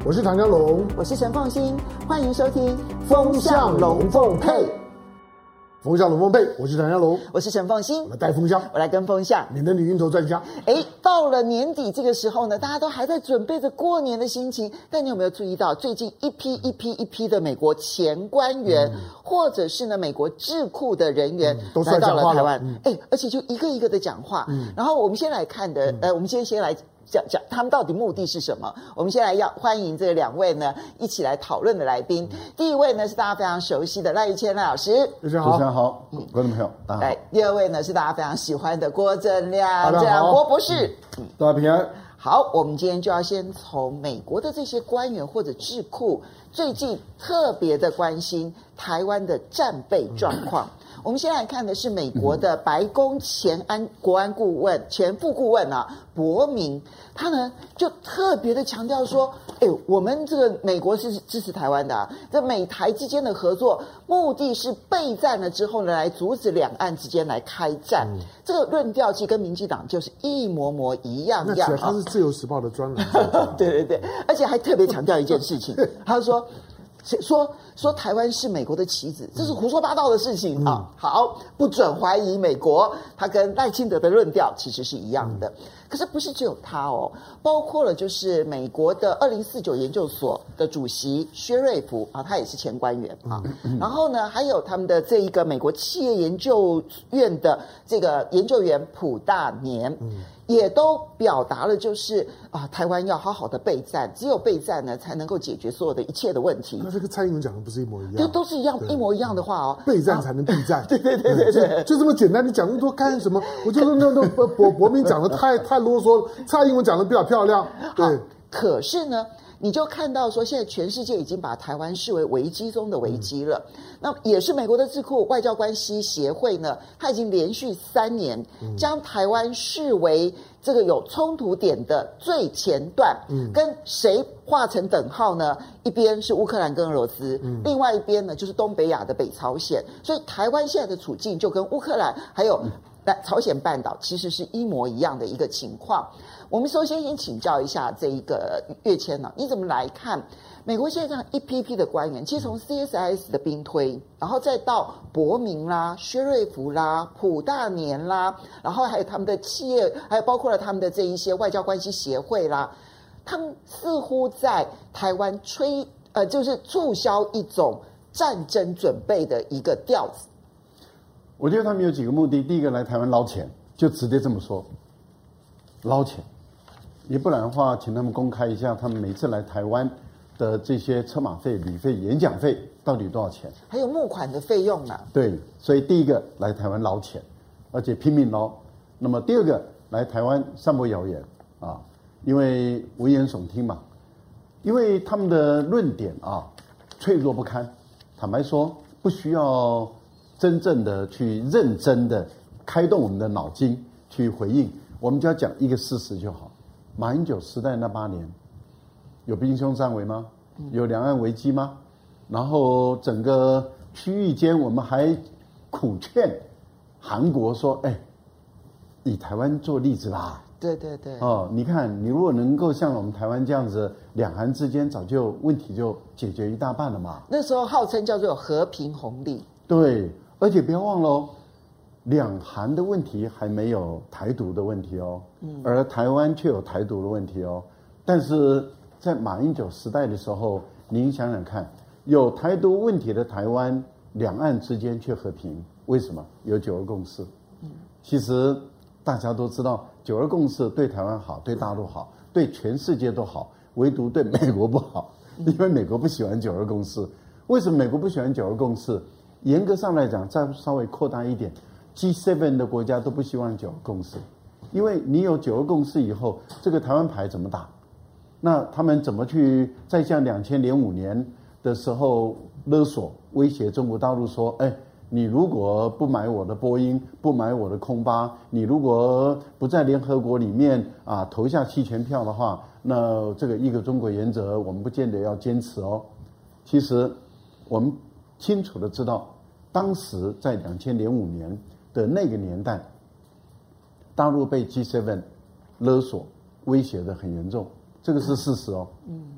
我是唐湘龙， 我是陈凤馨，欢迎收听《 风向龙凤配》。风向龙凤配，我是唐湘龙， 我是陈凤馨， 我来带风向， 我来跟风向， 你的女运头专家。 到了年底这个时候呢，大家都还在准备着过年的心情，但你有没有注意到，最近一批的美国前官员，或者是呢美国智库的人员， 都来到了台湾，而且就一个一个的讲话。然后我们先来看的，我们先来讲他们到底目的是什么？我们先来欢迎这两位呢一起来讨论的来宾。第一位呢是大家非常熟悉的赖玉谦赖老师， 主持人好， 主持人好，观众朋友大家好。 第二位呢是大家非常喜欢的郭正亮，郭博士， 大家平安。 好，我们今天就要先从美国的这些官员或者智库最近特别的关心台湾的战备状况。我们先来看的是美国的白宫国安顾问、前副顾问伯明，他呢就特别的强调说，我们这个美国是支持台湾的这美台之间的合作，目的是备战了之后呢，来阻止两岸之间来开战。这个论调其实跟民进党就是一模一样。 那其实他是自由时报的专栏， 对，而且还特别强调一件事情，他说台湾是美国的棋子，这是胡说八道的事情啊！好，不准怀疑美国，他跟赖清德的论调其实是一样的。可是不是只有他哦，包括了就是美国的2049研究所的主席薛瑞福他也是前官员然后呢，还有他们的这一个美国企业研究院的这个研究员卜大年。也都表达了，就是台湾要好好的备战，只有备战呢，才能够解决所有的一切的问题。 那这个蔡英文讲的不是一模一样？ 都是一模一样的话哦。 备战才能避战。 对， 就这么简单。你讲那么多干什么？我觉得那伯明讲的太啰嗦了，蔡英文讲的比较漂亮。对， 可是呢，你就看到说，现在全世界已经把台湾视为危机中的危机了。那也是美国的智库外交关系协会呢，它已经连续3年将台湾视为这个有冲突点的最前段，跟谁画成等号呢？一边是乌克兰跟俄罗斯，另外一边呢就是东北亚的北朝鲜。所以台湾现在的处境就跟乌克兰还有朝鲜半岛其实是一模一样的一个情况。我们首先请教一下这一个岳谦你怎么来看美国现在这样一批的官员，其实从 CSIS 的兵推，然后再到伯明啦、薛瑞福啦、卜大年啦，然后还有他们的企业，还有包括了他们的这一些外交关系协会啦，他们似乎在台湾就是促销一种战争准备的一个调子。 我觉得他们有几个目的，第一个来台湾捞钱，就直接这么说，捞钱。也不然的话，请他们公开一下，他们每次来台湾的这些车马费、旅费、演讲费到底多少钱？ 还有募款的费用呢？ 对，所以第一个来台湾捞钱，而且拼命捞。那么第二个来台湾散播谣言因为危言耸听嘛，因为他们的论点脆弱不堪。坦白说，不需要真正的去认真的开动我们的脑筋去回应，我们就要讲一个事实就好。马英九时代那8年，有兵凶战危吗？有两岸危机吗？然后整个区域间，我们还苦劝韩国说：“以台湾做例子啦。” 对。 你看，你如果能够像我们台湾这样子，两韩之间早就问题就解决一大半了嘛。 那时候号称叫做和平红利。 对，而且不要忘了两韩的问题还没有台独的问题而台湾却有台独的问题但是在马英九时代的时候，您想想看，有台独问题的台湾，两岸之间却和平，为什么？有9·2共识。其实大家都知道，9·2共识对台湾好，对大陆好，对全世界都好，唯独对美国不好，因为美国不喜欢9·2共识。为什么美国不喜欢9·2共识？严格上来讲，再稍微扩大一点，G7 的国家都不希望9·2共识，因为你有9·2共识以后，这个台湾牌怎么打？那他们怎么去再像2005年的时候勒索威胁中国大陆说，你如果不买我的波音，不买我的空巴，你如果不在联合国里面投下弃权票的话，那这个一个中国原则我们不见得要坚持其实我们清楚的知道，当时在2005年的那个年代，大陆被 G7 勒索威胁的很严重，这个是事实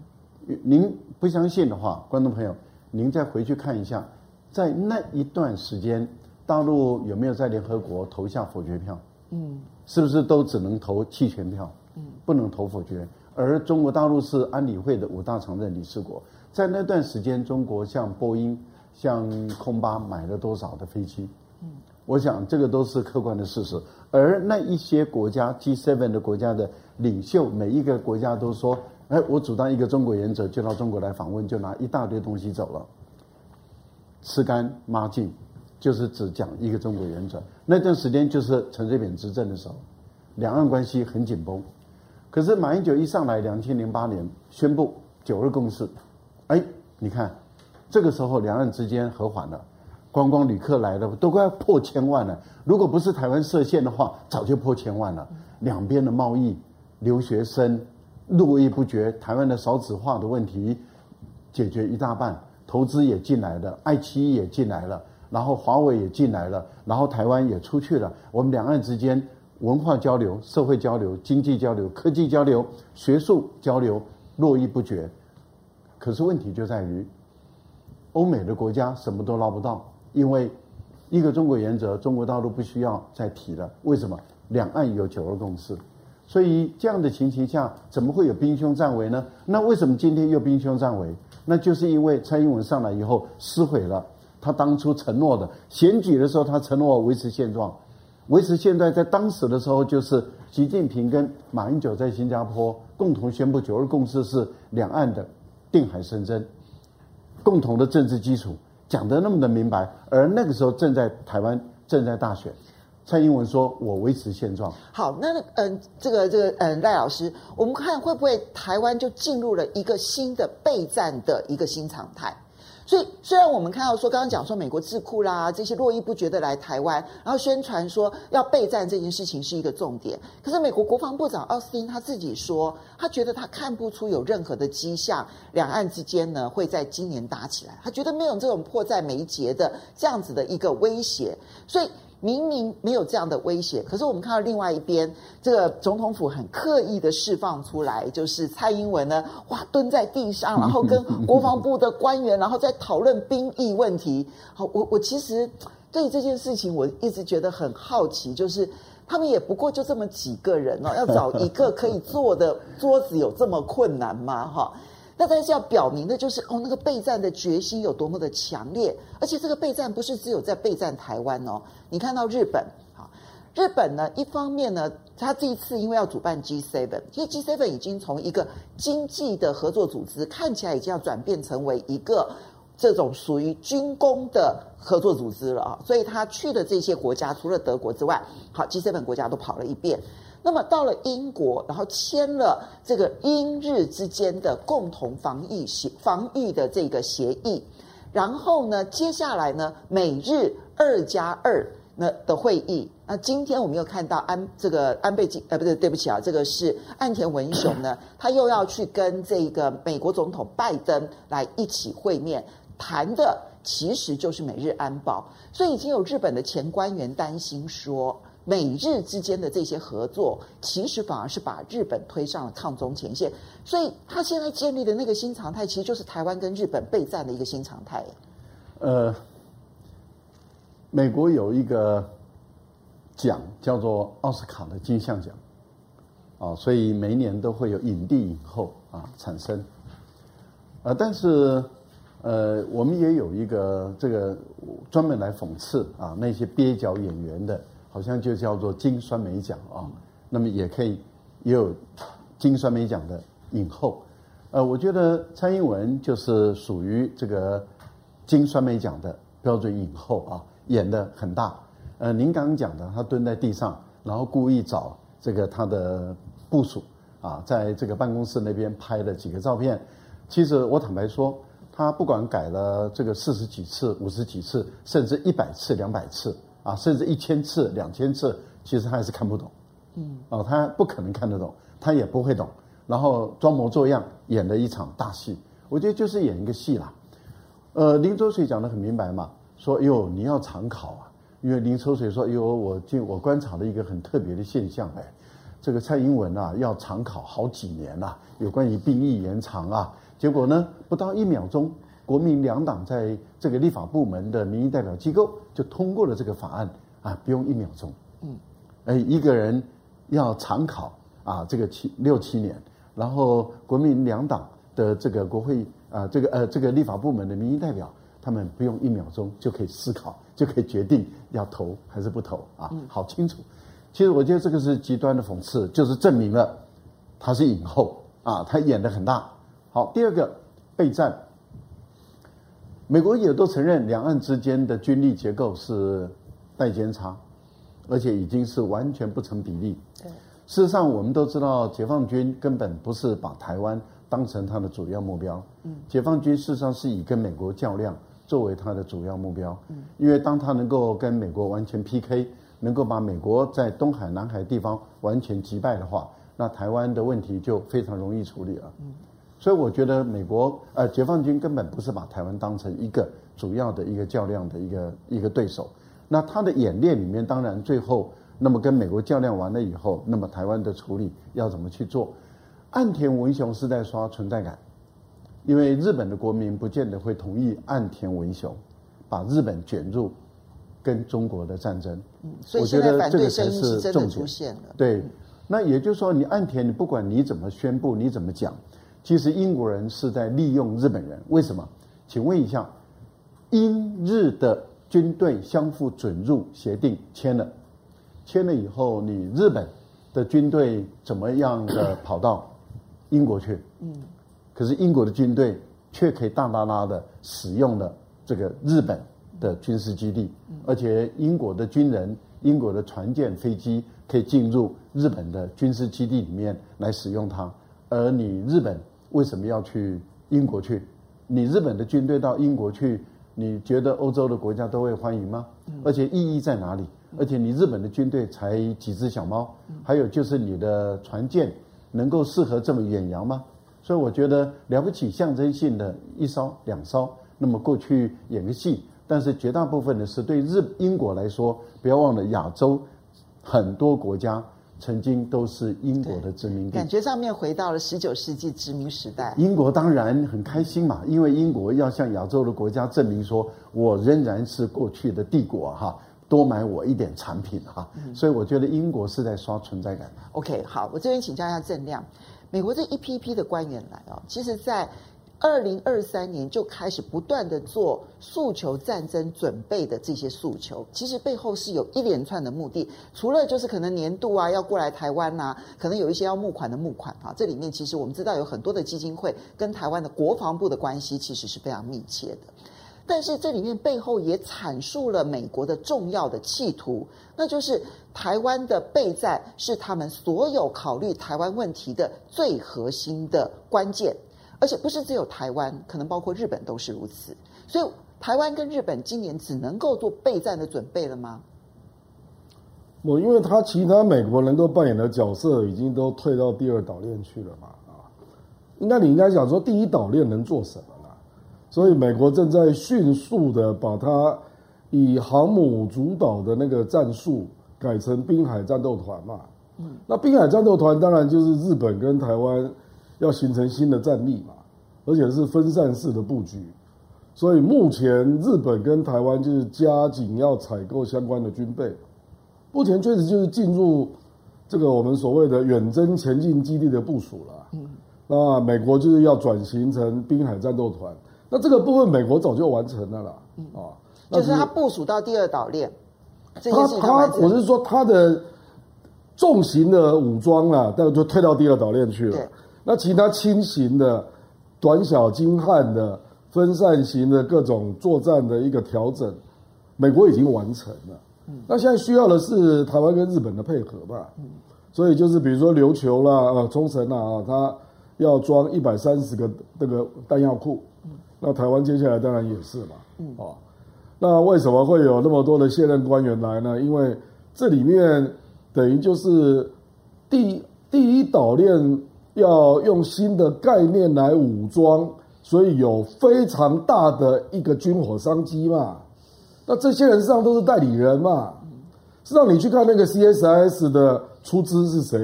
您不相信的话，观众朋友，您再回去看一下，在那一段时间，大陆有没有在联合国投下否决票？是不是都只能投弃权票？不能投否决。而中国大陆是安理会的5大常任理事国，在那段时间，中国向波音、向空巴买了多少的飞机？我想这个都是客观的事实。而那一些国家 G7 的国家的领袖，每一个国家都说：“哎，我主张一个中国原则，就到中国来访问，就拿一大堆东西走了，吃干抹净，就是只讲一个中国原则。”那段时间就是陈水扁执政的时候，两岸关系很紧绷。可是马英九一上来，2008年宣布9·2共识，哎，你看，这个时候两岸之间和缓了，观光旅客来了都快破1000万了。如果不是台湾设限的话，早就破1000万了。两边的贸易、留学生络绎不绝，台湾的少子化的问题解决一大半，投资也进来了，爱奇艺也进来了，然后华为也进来了，然后台湾也出去了。我们两岸之间文化交流、社会交流、经济交流、科技交流、学术交流络绎不绝。可是问题就在于，欧美的国家什么都捞不到，因为一个中国原则，中国大陆不需要再提了。为什么？两岸有9·2共识。所以这样的情形下，怎么会有兵凶战危呢？那为什么今天又兵凶战危？那就是因为蔡英文上来以后撕毁了他当初承诺的，选举的时候他承诺维持现状。维持现在，在当时的时候，就是习近平跟马英九在新加坡共同宣布9·2共识是两岸的定海神针，共同的政治基础，讲得那么的明白。而那个时候正在台湾正在大选，蔡英文说：“我维持现状。” 好，那赖老师，我们看会不会台湾就进入了一个新的备战的一个新常态？所以，虽然我们看到说，刚刚讲说美国智库啦这些络绎不绝的来台湾，然后宣传说要备战这件事情是一个重点，可是美国国防部长奥斯汀他自己说，他觉得他看不出有任何的迹象，两岸之间呢会在今年打起来，他觉得没有这种迫在眉睫的这样子的一个威胁，所以明明没有这样的威胁，可是我们看到另外一边，这个总统府很刻意的释放出来，就是蔡英文呢，哇，蹲在地上，然后跟国防部的官员，然后在讨论兵役问题。好，我其实对这件事情我一直觉得很好奇，就是他们也不过就这么几个人哦，要找一个可以坐的桌子有这么困难吗？哈。那但是要表明的就是那个备战的决心有多么的强烈，而且这个备战不是只有在备战台湾哦，你看到日本，日本呢一方面呢，他这一次因为要主办 G7， 因为 G7 已经从一个经济的合作组织，看起来已经要转变成为一个这种属于军工的合作组织了啊，所以他去的这些国家，除了德国之外，好 G7 国家都跑了一遍。那么到了英国，然后签了这个英日之间的共同防御的这个协议，然后呢，接下来呢，美日2+2的会议。那今天我们又看到这个是岸田文雄呢，他又要去跟这个美国总统拜登来一起会面，谈的其实就是美日安保。所以已经有日本的前官员担心说，美日之间的这些合作，其实反而是把日本推上了抗中前线。所以他现在建立的那个新常态，其实就是台湾跟日本备战的一个新常态。 美国有一个奖叫做奥斯卡的金像奖，所以每一年都会有影帝影后产生。但是我们也有一个这个专门来讽刺那些蹩脚演员的。好像就叫做金酸梅奖那么也有金酸梅奖的影后，我觉得蔡英文就是属于这个金酸梅奖的标准影后演得很大。您刚刚讲的，他蹲在地上，然后故意找这个他的部属在这个办公室那边拍了几个照片。其实我坦白说，他不管改了这个40几次、50几次，甚至100次、200次。甚至1000次、2000次，其实他还是看不懂。他不可能看得懂，他也不会懂。然后装模作样演了一场大戏，我觉得就是演一个戏啦。林周水讲得很明白嘛，说你要常考因为林周水说我观察了一个很特别的现象这个蔡英文要常考好几年有关于兵役延长结果呢，不到1秒钟，国民两党在这个立法部门的民意代表机构就通过了这个法案啊，不用1秒钟。一个人要常考啊，这个6、7年，然后国民两党的这个国会啊，这个立法部门的民意代表，他们不用1秒钟就可以思考，就可以决定要投还是不投啊，好清楚。其实我觉得这个是极端的讽刺，就是证明了他是影后啊，他演得很大。好，第二个备战，美国也都承认两岸之间的军力结构是代间差，而且已经是完全不成比例。对，事实上我们都知道，解放军根本不是把台湾当成他的主要目标。解放军事实上是以跟美国较量作为他的主要目标。因为当他能够跟美国完全 PK， 能够把美国在东海、南海地方完全击败的话，那台湾的问题就非常容易处理了。所以我觉得解放军根本不是把台湾当成一个主要的一个较量的一个对手。那他的演练里面，当然最后那么跟美国较量完了以后，那么台湾的处理要怎么去做？岸田文雄是在刷存在感，因为日本的国民不见得会同意岸田文雄把日本卷入跟中国的战争。 所以现在反对声音是真的出现了。 对，那也就是说，你岸田，你不管你怎么宣布，你怎么讲，其实英国人是在利用日本人。为什么？请问一下，英日的军队相互准入协定签了以后，你日本的军队怎么样的跑到英国去？可是英国的军队却可以大的使用了这个日本的军事基地，而且英国的军人、英国的船舰、飞机可以进入日本的军事基地里面来使用它。而你日本为什么要去英国去？你日本的军队到英国去，你觉得欧洲的国家都会欢迎吗？而且意义在哪里？而且你日本的军队才几只小猫，还有就是你的船舰能够适合这么远洋吗？所以我觉得了不起象征性的1艘2艘，那么过去演个戏，但是绝大部分的是对英国来说，不要忘了亚洲很多国家曾经都是英国的殖民地， 感觉上面回到了19世纪殖民时代。 英国当然很开心嘛，因为英国要向亚洲的国家证明说，我仍然是过去的帝国哈，多买我一点产品哈。所以我觉得英国是在刷存在感。 OK， 好，我这边请教一下郑亮，美国这一批批的官员来其实在2023年就开始不断的做诉求战争准备的这些诉求，其实背后是有一连串的目的，除了就是可能年度要过来台湾可能有一些要募款的募款这里面其实我们知道有很多的基金会跟台湾的国防部的关系其实是非常密切的，但是这里面背后也阐述了美国的重要的企图，那就是台湾的备战是他们所有考虑台湾问题的最核心的关键。而且不是只有台湾，可能包括日本都是如此。所以台湾跟日本今年只能够做备战的准备了吗？ 因为他其他美国能够扮演的角色已经都退到第2岛链去了嘛你应该想说第1岛链能做什么啦？所以美国正在迅速的把它以航母主导的那个战术改成滨海战斗团嘛。那滨海战斗团当然就是日本跟台湾要形成新的战力嘛，而且是分散式的布局，所以目前日本跟台湾就是加紧要采购相关的军备，目前确实就是进入这个我们所谓的远征前进基地的部署了。那美国就是要转型成滨海战斗团，那这个部分美国早就完成了啦。 就是他部署到第2岛链， 我是说他的重型的武装大概就退到第2岛链去了。那其他轻型的、短小精悍的、分散型的各种作战的一个调整，美国已经完成了。那现在需要的是台湾跟日本的配合嘛。所以就是比如说琉球啦、冲绳它要装130个这个弹药库，那台湾接下来当然也是嘛。那为什么会有那么多的现任官员来呢？因为这里面等于就是第1岛链要用新的概念来武装，所以有非常大的一个军火商机嘛。那这些人实际上都是代理人嘛。实际上你去看那个 CSIS 的出资是谁啊？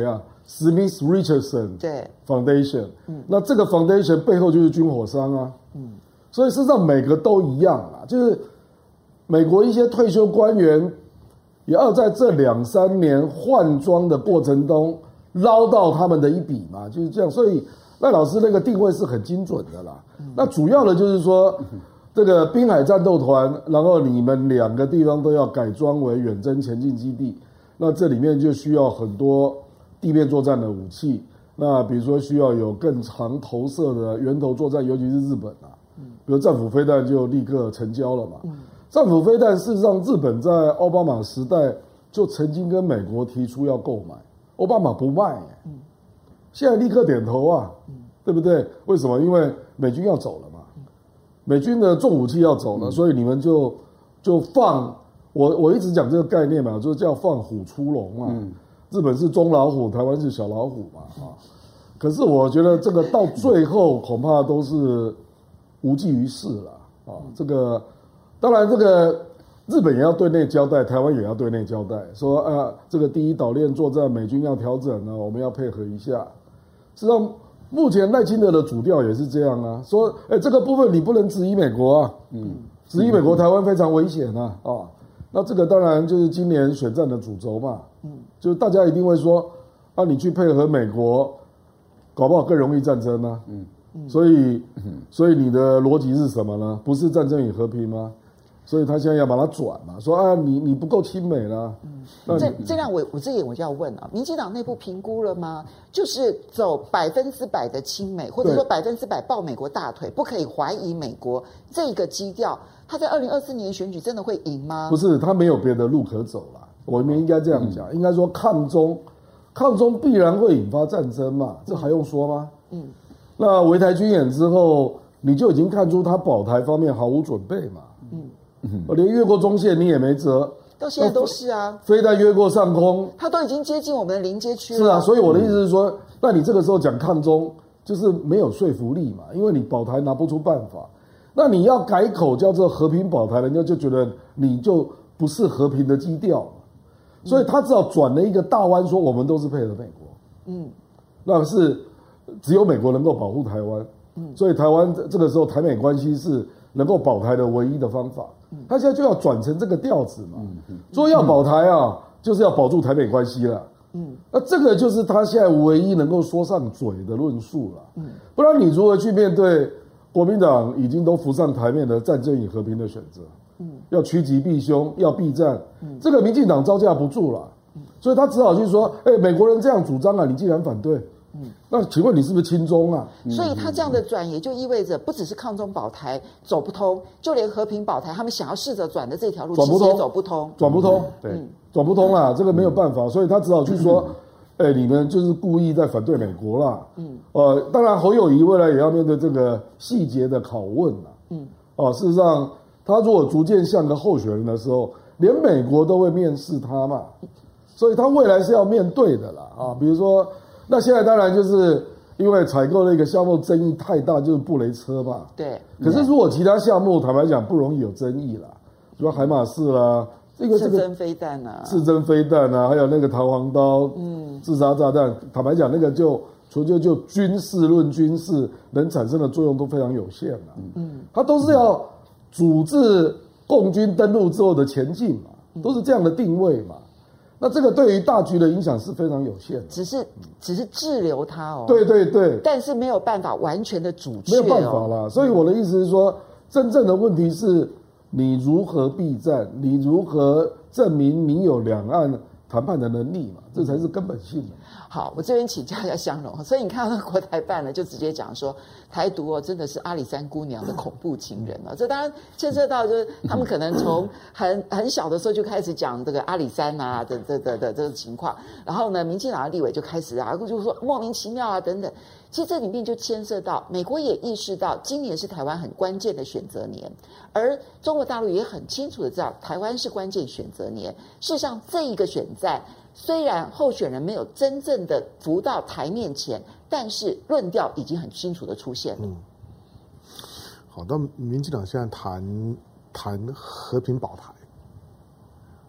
Smith Richardson 对 Foundation，那这个 Foundation 背后就是军火商啊，所以事实上每个都一样啦，就是美国一些退休官员也要在这2-3年换装的过程中捞到他们的一笔嘛，就是这样。所以赖老师那个定位是很精准的啦。那主要的就是说，这个滨海战斗团，然后你们2个地方都要改装为远征前进基地，那这里面就需要很多地面作战的武器。那比如说需要有更长投射的源头作战，尤其是日本啊，比如战斧飞弹就立刻成交了嘛。战斧飞弹事实上日本在奥巴马时代就曾经跟美国提出要购买，奥巴马不卖，现在立刻点头啊，对不对？为什么？因为美军要走了嘛，美军的重武器要走了，所以你们就放我一直讲这个概念嘛，就叫放虎出笼嘛。日本是中老虎，台湾是小老虎嘛，可是我觉得这个到最后恐怕都是无济于事了啊。这个当然，这个日本也要对内交代，台湾也要对内交代，说这个第一岛链作战美军要调整了，我们要配合一下。实际上，目前赖清德的主调也是这样啊，说这个部分你不能质疑美国啊，质疑美国台湾非常危险啊。那这个当然就是今年选战的主轴嘛，就是大家一定会说你去配合美国，搞不好更容易战争啊。所以你的逻辑是什么呢？不是战争与和平吗？所以他现在要把它转嘛，说你不够亲美啦。 这让我这点我就要问啊，民进党内部评估了吗？就是走100%的亲美，或者说100%抱美国大腿，不可以怀疑美国这个基调，他在2024年选举真的会赢吗？ 不是，他没有别的路可走了。我们应该这样讲，应该说抗中必然会引发战争嘛，这还用说吗？那围台军演之后，你就已经看出他保台方面毫无准备嘛。连越过中线你也没辙， 到现在都是啊， 飞弹越过上空， 他都已经接近我们的临街区了。 是啊，所以我的意思是说，那你这个时候讲抗中，就是没有说服力嘛，因为你保台拿不出办法。那你要改口叫做和平保台，人家就觉得你就不是和平的基调嘛，所以他只好转了一个大弯，说我们都是配合美国。那是只有美国能够保护台湾，所以台湾这个时候台美关系是能够保台的唯一的方法。他现在就要转成这个调子嘛，说要保台就是要保住台美关系了。那这个就是他现在唯一能够说上嘴的论述了。不然你如何去面对国民党已经都浮上台面的战争与和平的选择？要趋吉避凶，要避战，这个民进党招架不住了，所以他只好去说：美国人这样主张啊，你既然反对。那请问你是不是亲中啊？ 所以他这样的转也就意味着，不只是抗中保台走不通，就连和平保台，他们想要试着转的这条路，其实也走不通， 转不通， 对， 转不通啦，这个没有办法，所以他只好去说，你们就是故意在反对美国啦。当然侯友宜未来也要面对这个细节的拷问啦。事实上，他如果逐渐像个候选人的时候，连美国都会面试他嘛，所以他未来是要面对的啦。比如说。那现在当然就是因为采购的一个项目争议太大，就是布雷车嘛。 对。 可是如果其他项目，坦白讲不容易有争议啦，比如海马士啦， 刺针飞弹啊， 还有那个弹簧刀，自杀炸弹，坦白讲那个就纯粹就军事论军事能产生的作用都非常有限啦。它都是要阻止共军登陆之后的前进嘛，都是这样的定位嘛。那这个对于大局的影响是非常有限的， 只是滞留它哦。 对， 但是没有办法完全的阻却， 没有办法啦。所以我的意思是说，真正的问题是你如何避战，你如何证明你有两岸谈判的能力嘛，这才是根本性的。 好，我这边请教一下香龙，所以你看到那国台办呢，就直接讲说，台独真的是阿里山姑娘的恐怖情人这当然牵涉到就是他们可能从很小的时候就开始讲这个阿里山啊的这个情况，然后呢，民进党的立委就开始就说莫名其妙等等。其实这里面就牵涉到美国也意识到今年是台湾很关键的选择年，而中国大陆也很清楚的知道台湾是关键选择年。事实上，这一个选战虽然候选人没有真正的浮到台面前，但是论调已经很清楚的出现了。 好，那民进党现在谈和平保台，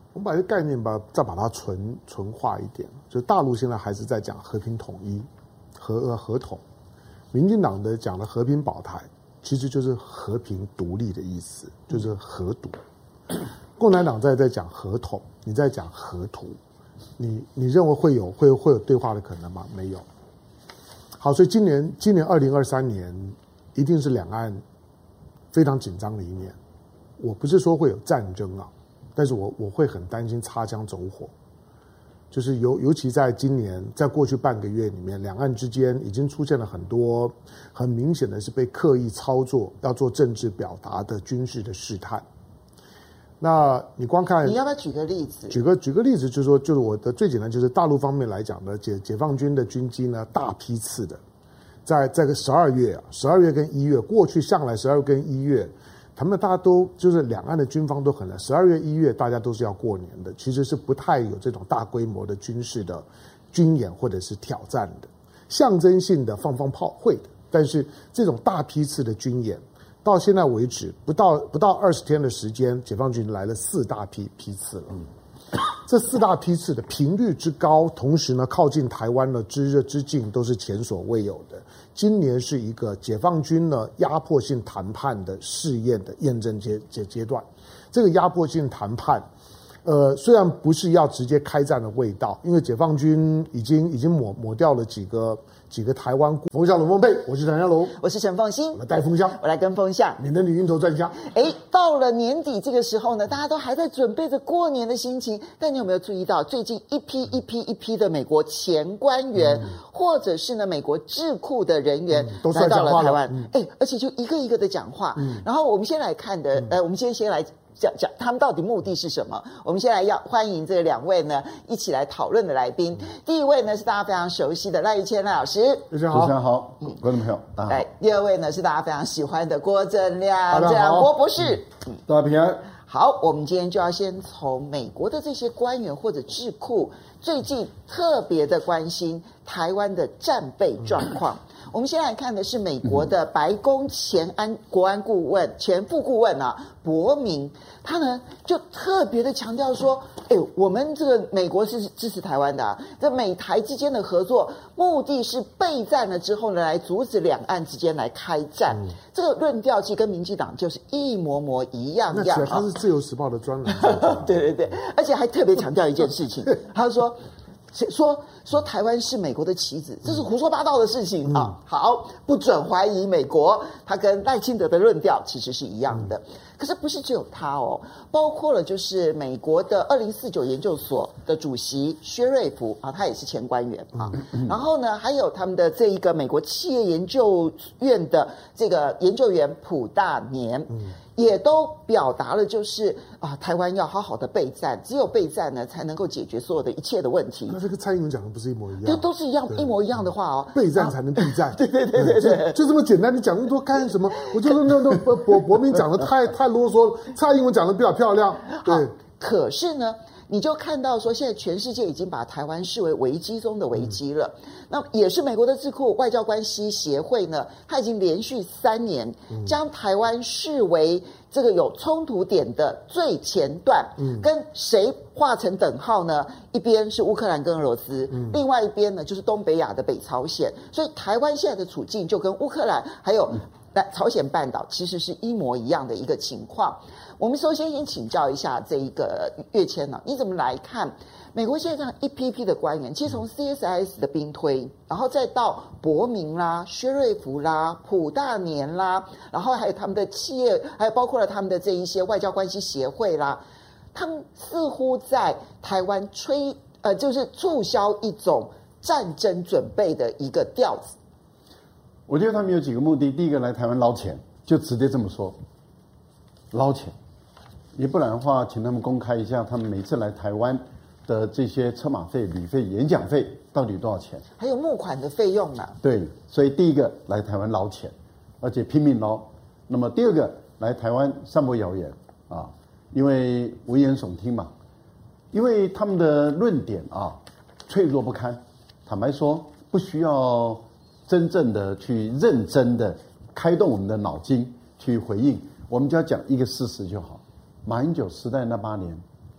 我们把这个概念再把它纯化一点，就大陆现在还是在讲和平统一、和统，民进党的讲的和平保台，其实就是和平独立的意思，就是和独。共产党在讲和统，你在讲和图，你认为会有对话的可能吗？没有。好，所以今年2023年一定是两岸非常紧张的一年。我不是说会有战争啊，但是我会很担心擦枪走火。就是尤其在今年，在过去半个月里面，两岸之间已经出现了很多很明显的是被刻意操作，要做政治表达的军事的试探。那你光看， 你要不要举个例子？ 举个例子，就是我的最简单，就是大陆方面来讲呢，解放军的军机呢大批次的，在个12月跟1月，过去向来12月跟1月，他们大家都就是两岸的军方都很冷，12月1月大家都是要过年的，其实是不太有这种大规模的军事的军演或者是挑战的，象征性的放炮会的，但是这种大批次的军演。到现在为止，不到20天的时间，解放军来了4大批次了。这4大批次的频率之高，同时呢，靠近台湾的之热之近，都是前所未有的。今年是一个解放军呢压迫性谈判的试验的验证阶段。这个压迫性谈判，虽然不是要直接开战的味道，因为解放军已经抹掉了几个台湾风向龙凤配，我是陈家龙， 我是陈凤馨， 我来带风向， 我来跟风向， 免得你晕头转向。 到了年底这个时候呢，大家都还在准备着过年的心情，但你有没有注意到，最近一批的美国前官员，或者是呢美国智库的人员， 都来到了台湾，而且就一个一个的讲话。然后我们先来看的，我们先来讲他们到底目的是什么？我们先来欢迎这2位呢一起来讨论的来宾。第一位呢是大家非常熟悉的赖玉谦赖老师， 主持人好， 观众朋友大家好。 第2位呢是大家非常喜欢的郭正亮郭博士， 大家平安。 好，我们今天就要先从美国的这些官员或者智库最近特别的关心台湾的战备状况。我们先来看的是美国的白宫国安顾问前副顾问伯明，他呢就特别的强调说，我们这个美国是支持台湾的这美台之间的合作目的是备战了之后呢，来阻止两岸之间来开战。这个论调其实跟民进党就是一模一样。 那其实他是自由时报的专栏。 对，而且还特别强调一件事情，他说台湾是美国的棋子，这是胡说八道的事情啊！好，不准怀疑美国，他跟赖清德的论调其实是一样的。可是不是只有他哦，包括了就是美国的2049研究所的主席薛瑞福他也是前官员然后呢，还有他们的这一个美国企业研究院的这个研究员卜大年。也都表达了，就是台湾要好好的备战，只有备战呢，才能够解决所有的一切的问题。 那这个蔡英文讲的不是一模一样？ 都是一模一样的话哦。 备战才能避战。 对， 就这么简单。你讲那么多干什么？我觉得那伯明讲的太啰嗦了，蔡英文讲的比较漂亮。对， 可是呢，你就看到说，现在全世界已经把台湾视为危机中的危机了。那也是美国的智库外交关系协会呢，它已经连续3年将台湾视为这个有冲突点的最前段，跟谁画成等号呢？一边是乌克兰跟俄罗斯，另外一边呢就是东北亚的北朝鲜。所以台湾现在的处境就跟乌克兰还有朝鲜半岛其实是一模一样的一个情况。我们首先请教一下这一个岳谦你怎么来看美国现在这样一批的官员，其实从 CSIS 的兵推，然后再到伯明啦、薛瑞福啦、卜大年啦，然后还有他们的企业，还有包括了他们的这一些外交关系协会啦，他们似乎在台湾就是促销一种战争准备的一个调子。 我觉得他们有几个目的，第一个来台湾捞钱，就直接这么说，捞钱。也不然的话，请他们公开一下，他们每次来台湾的这些车马费、旅费、演讲费到底多少钱？ 还有募款的费用呢？ 对，所以第一个来台湾捞钱，而且拼命捞。那么第二个来台湾散播谣言因为危言耸听嘛，因为他们的论点脆弱不堪，坦白说不需要真正的去认真的开动我们的脑筋去回应，我们只要讲一个事实就好。马英九时代那8年，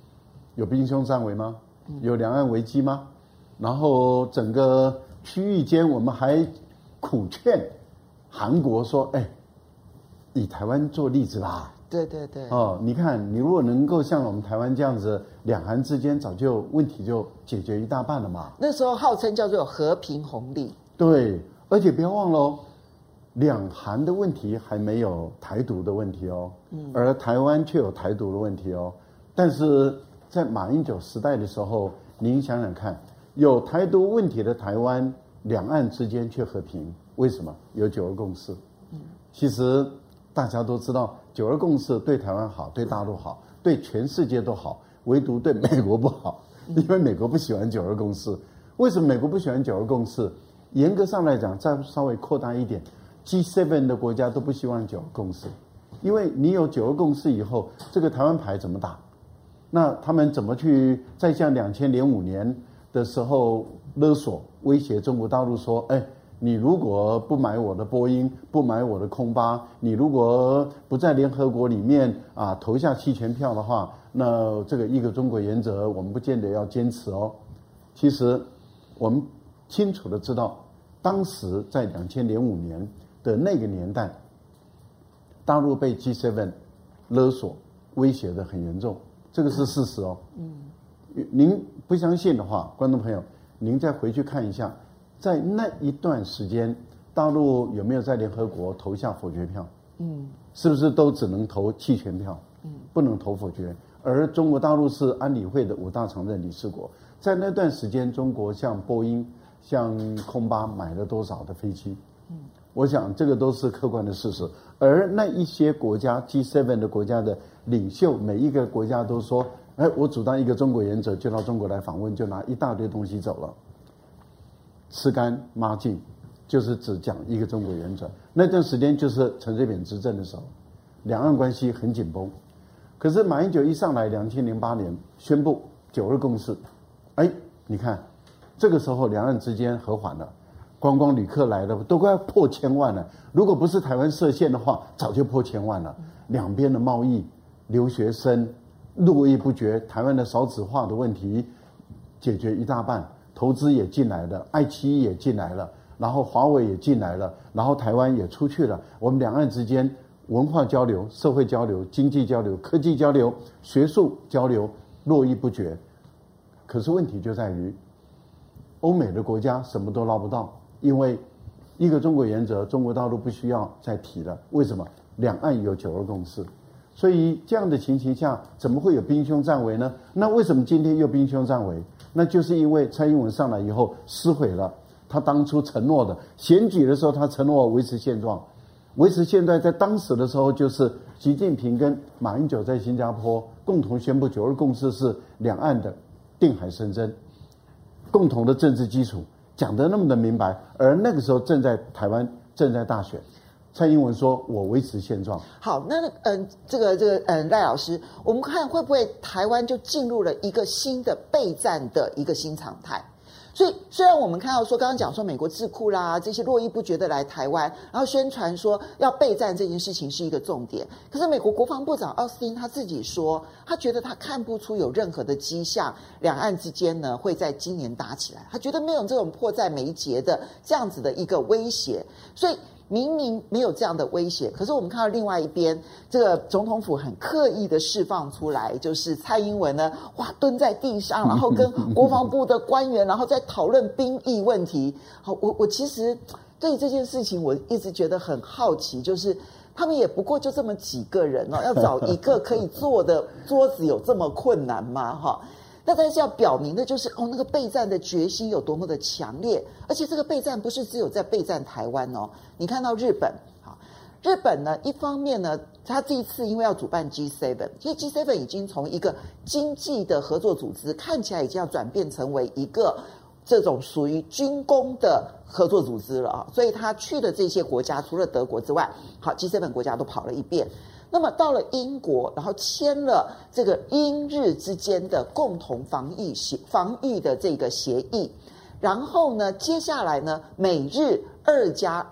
有兵凶战危吗？有两岸危机吗？然后整个区域间，我们还苦劝韩国说：“哎，以台湾做例子啦。” 对对对。 哦，你看，你如果能够像我们台湾这样子，两韩之间早就问题就解决一大半了嘛。 那时候号称叫做和平红利。 对，而且不要忘了哦，两韩的问题还没有台独的问题哦，而台湾却有台独的问题哦。但是在马英九时代的时候，您想想看，有台独问题的台湾，两岸之间却和平，为什么？有9·2共识。其实大家都知道，9·2共识对台湾好，对大陆好，对全世界都好，唯独对美国不好，因为美国不喜欢9·2共识。为什么美国不喜欢9·2共识？严格上来讲，再稍微扩大一点 ，G7 的国家都不希望9·2共识，因为你有9·2共识以后，这个台湾牌怎么打？那他们怎么去再像2005年的时候勒索威胁中国大陆说，哎，你如果不买我的波音，不买我的空巴，你如果不在联合国里面投下弃权票的话，那这个一个中国原则我们不见得要坚持哦。其实我们清楚的知道，当时在2005年的那个年代，大陆被 G7 勒索威胁的很严重，这个是事实哦。您不相信的话，观众朋友，您再回去看一下，在那一段时间，大陆有没有在联合国投下否决票？是不是都只能投弃权票？不能投否决。而中国大陆是安理会的5大常任理事国，在那段时间，中国向波音、向空巴买了多少的飞机？我想这个都是客观的事实。而那一些国家 G7 的国家的领袖，每一个国家都说：“哎，我主张一个中国原则，就到中国来访问，就拿一大堆东西走了。”吃干抹净，就是只讲一个中国原则。那段时间就是陈水扁执政的时候，两岸关系很紧绷。可是马英九一上来，2008年宣布9·2共识，哎，你看这个时候两岸之间和缓了，观光旅客来了都快破1000万了。如果不是台湾设限的话，早就破1000万了。两边的贸易、留学生络绎不绝，台湾的少子化的问题解决一大半，投资也进来了，爱奇艺也进来了，然后华为也进来了，然后台湾也出去了。我们两岸之间文化交流、社会交流、经济交流、科技交流、学术交流络绎不绝。可是问题就在于，欧美的国家什么都捞不到，因为一个中国原则，中国大陆不需要再提了。为什么？两岸有9·2共识。所以这样的情形下，怎么会有兵凶战危呢？那为什么今天又兵凶战危？那就是因为蔡英文上来以后撕毁了他当初承诺的，选举的时候他承诺维持现状。维持现在，在当时的时候，就是习近平跟马英九在新加坡共同宣布9·2共识是两岸的定海神针，共同的政治基础，讲得那么的明白。而那个时候正在台湾正在大选，蔡英文说：“我维持现状。” 好，那赖老师，我们看会不会台湾就进入了一个新的备战的一个新常态？所以虽然我们看到说刚刚讲说美国智库啦这些络绎不绝的来台湾，然后宣传说要备战这件事情是一个重点，可是美国国防部长奥斯汀他自己说，他觉得他看不出有任何的迹象，两岸之间呢会在今年打起来，他觉得没有这种迫在眉睫的这样子的一个威胁，所以明明没有这样的威胁，可是我们看到另外一边，这个总统府很刻意的释放出来，就是蔡英文呢，哇，蹲在地上，然后跟国防部的官员，然后在讨论兵役问题。好，我其实对这件事情我一直觉得很好奇，就是他们也不过就这么几个人哦，要找一个可以坐的桌子有这么困难吗？哈。那但是要表明的就是那个备战的决心有多么的强烈，而且这个备战不是只有在备战台湾哦，你看到日本，日本呢一方面呢，他这一次因为要主办 G7， 因为 G7 已经从一个经济的合作组织，看起来已经要转变成为一个这种属于军工的合作组织了啊，所以他去的这些国家，除了德国之外，好 G7 国家都跑了一遍。那么到了英国，然后签了这个英日之间的共同防御的这个协议，然后呢，接下来呢，美日2+2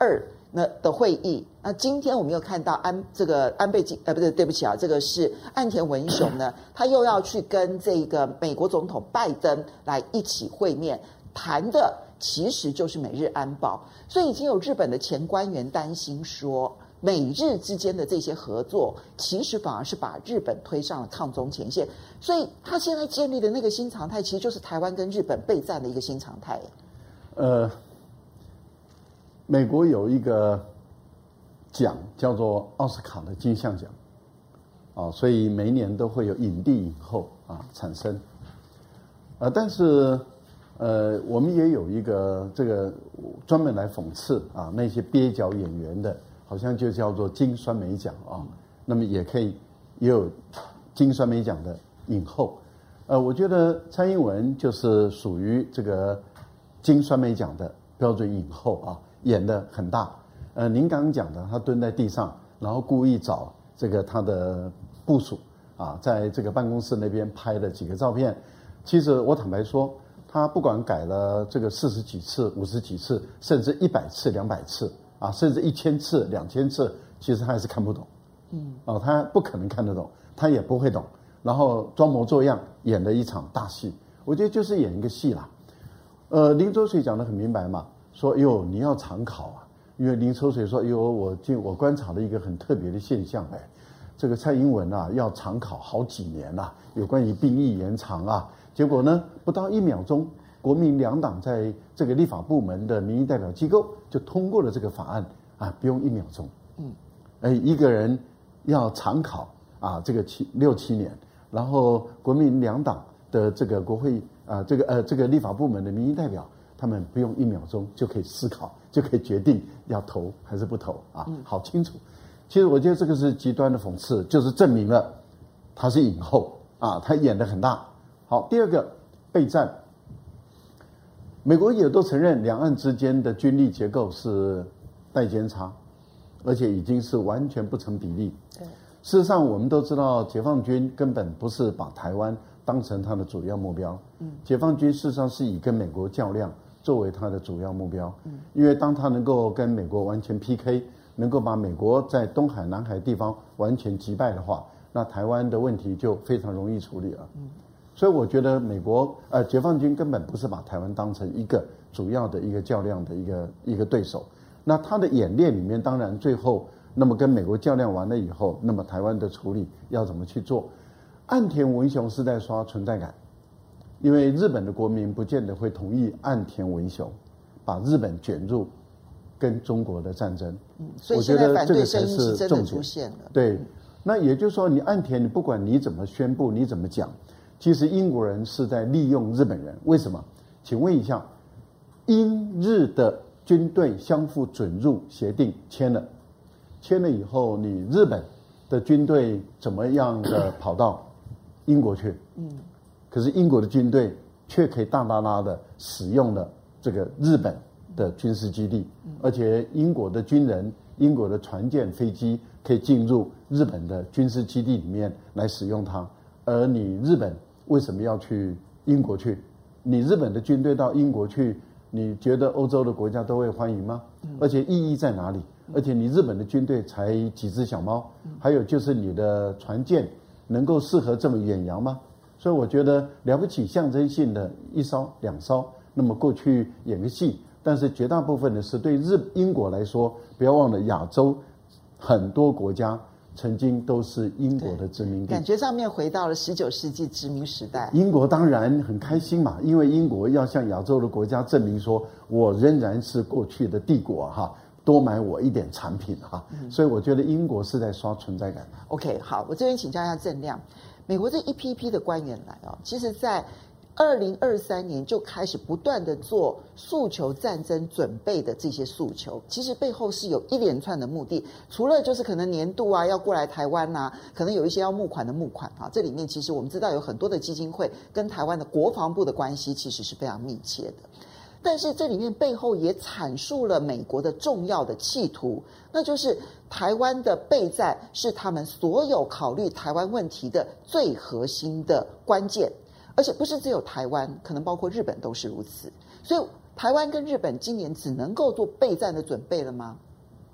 那的会议。那今天我们又看到安倍不对，对不起啊，这个是岸田文雄呢，他又要去跟这个美国总统拜登来一起会面，谈的其实就是美日安保。所以已经有日本的前官员担心说，美日之间的这些合作，其实反而是把日本推上了抗中前线。所以他现在建立的那个新常态，其实就是台湾跟日本备战的一个新常态。 美国有一个奖叫做奥斯卡的金像奖，所以每一年都会有影帝影后产生。但是我们也有一个这个专门来讽刺那些蹩脚演员的，好像就叫做金酸梅奖那么也有金酸梅奖的影后。我觉得蔡英文就是属于这个金酸梅奖的标准影后演得很大。您刚刚讲的，他蹲在地上，然后故意找这个他的部属在这个办公室那边拍了几个照片。其实我坦白说，他不管改了这个40几次、50几次，甚至100次、200次甚至1000次、2000次，其实他还是看不懂。他不可能看得懂，他也不会懂，然后装模作样演了一场大戏。我觉得就是演一个戏啦。林周水讲得很明白嘛，说哟你要常考因为林秋水说哟我观察了一个很特别的现象这个蔡英文要常考好几年有关于兵役延长结果呢不到1秒钟，国民两党在这个立法部门的民意代表机构就通过了这个法案不用1秒钟。一个人要常考这个6、7年，然后国民两党的这个国会这个立法部门的民意代表，他们不用1秒钟就可以思考，就可以决定要投还是不投好清楚。其实我觉得这个是极端的讽刺，就是证明了他是影后他演得很大。好，第二个备战，美国也都承认两岸之间的军力结构是代间差，而且已经是完全不成比例。事实上我们都知道，解放军根本不是把台湾当成他的主要目标。解放军事实上是以跟美国较量作为他的主要目标。因为当他能够跟美国完全 PK， 能够把美国在东海、南海地方完全击败的话，那台湾的问题就非常容易处理了。所以我觉得解放军根本不是把台湾当成一个主要的一个较量的一个对手。那他的演练里面，当然最后那么跟美国较量完了以后，那么台湾的处理要怎么去做？岸田文雄是在刷存在感，因为日本的国民不见得会同意岸田文雄把日本卷入跟中国的战争。 所以现在反对声音是真的出现了。 对，那也就是说，你岸田，你不管你怎么宣布，你怎么讲，其实英国人是在利用日本人。为什么？请问一下，英日的军队相互准入协定签了以后，你日本的军队怎么样的跑到英国去？可是英国的军队却可以大的使用了这个日本的军事基地，而且英国的军人、英国的船舰、飞机可以进入日本的军事基地里面来使用它。而你日本为什么要去英国去？你日本的军队到英国去，你觉得欧洲的国家都会欢迎吗？而且意义在哪里？而且你日本的军队才几只小猫，还有就是你的船舰能够适合这么远洋吗？所以我觉得了不起象征性的1艘2艘，那么过去演个戏，但是绝大部分的是对英国来说，不要忘了亚洲很多国家曾经都是英国的殖民地， 感觉上面回到了19世纪殖民时代。 英国当然很开心嘛，因为英国要向亚洲的国家证明说，我仍然是过去的帝国多买我一点产品所以我觉得英国是在刷存在感。 OK， 好，我这边请教一下郑亮，美国这一批批的官员来其实在2023年就开始不断的做诉求战争准备的这些诉求，其实背后是有一连串的目的，除了就是可能年度要过来台湾可能有一些要募款的募款这里面其实我们知道有很多的基金会跟台湾的国防部的关系其实是非常密切的。但是这里面背后也阐述了美国的重要的企图，那就是台湾的备战是他们所有考虑台湾问题的最核心的关键，而且不是只有台湾，可能包括日本都是如此。所以台湾跟日本今年只能够做备战的准备了吗？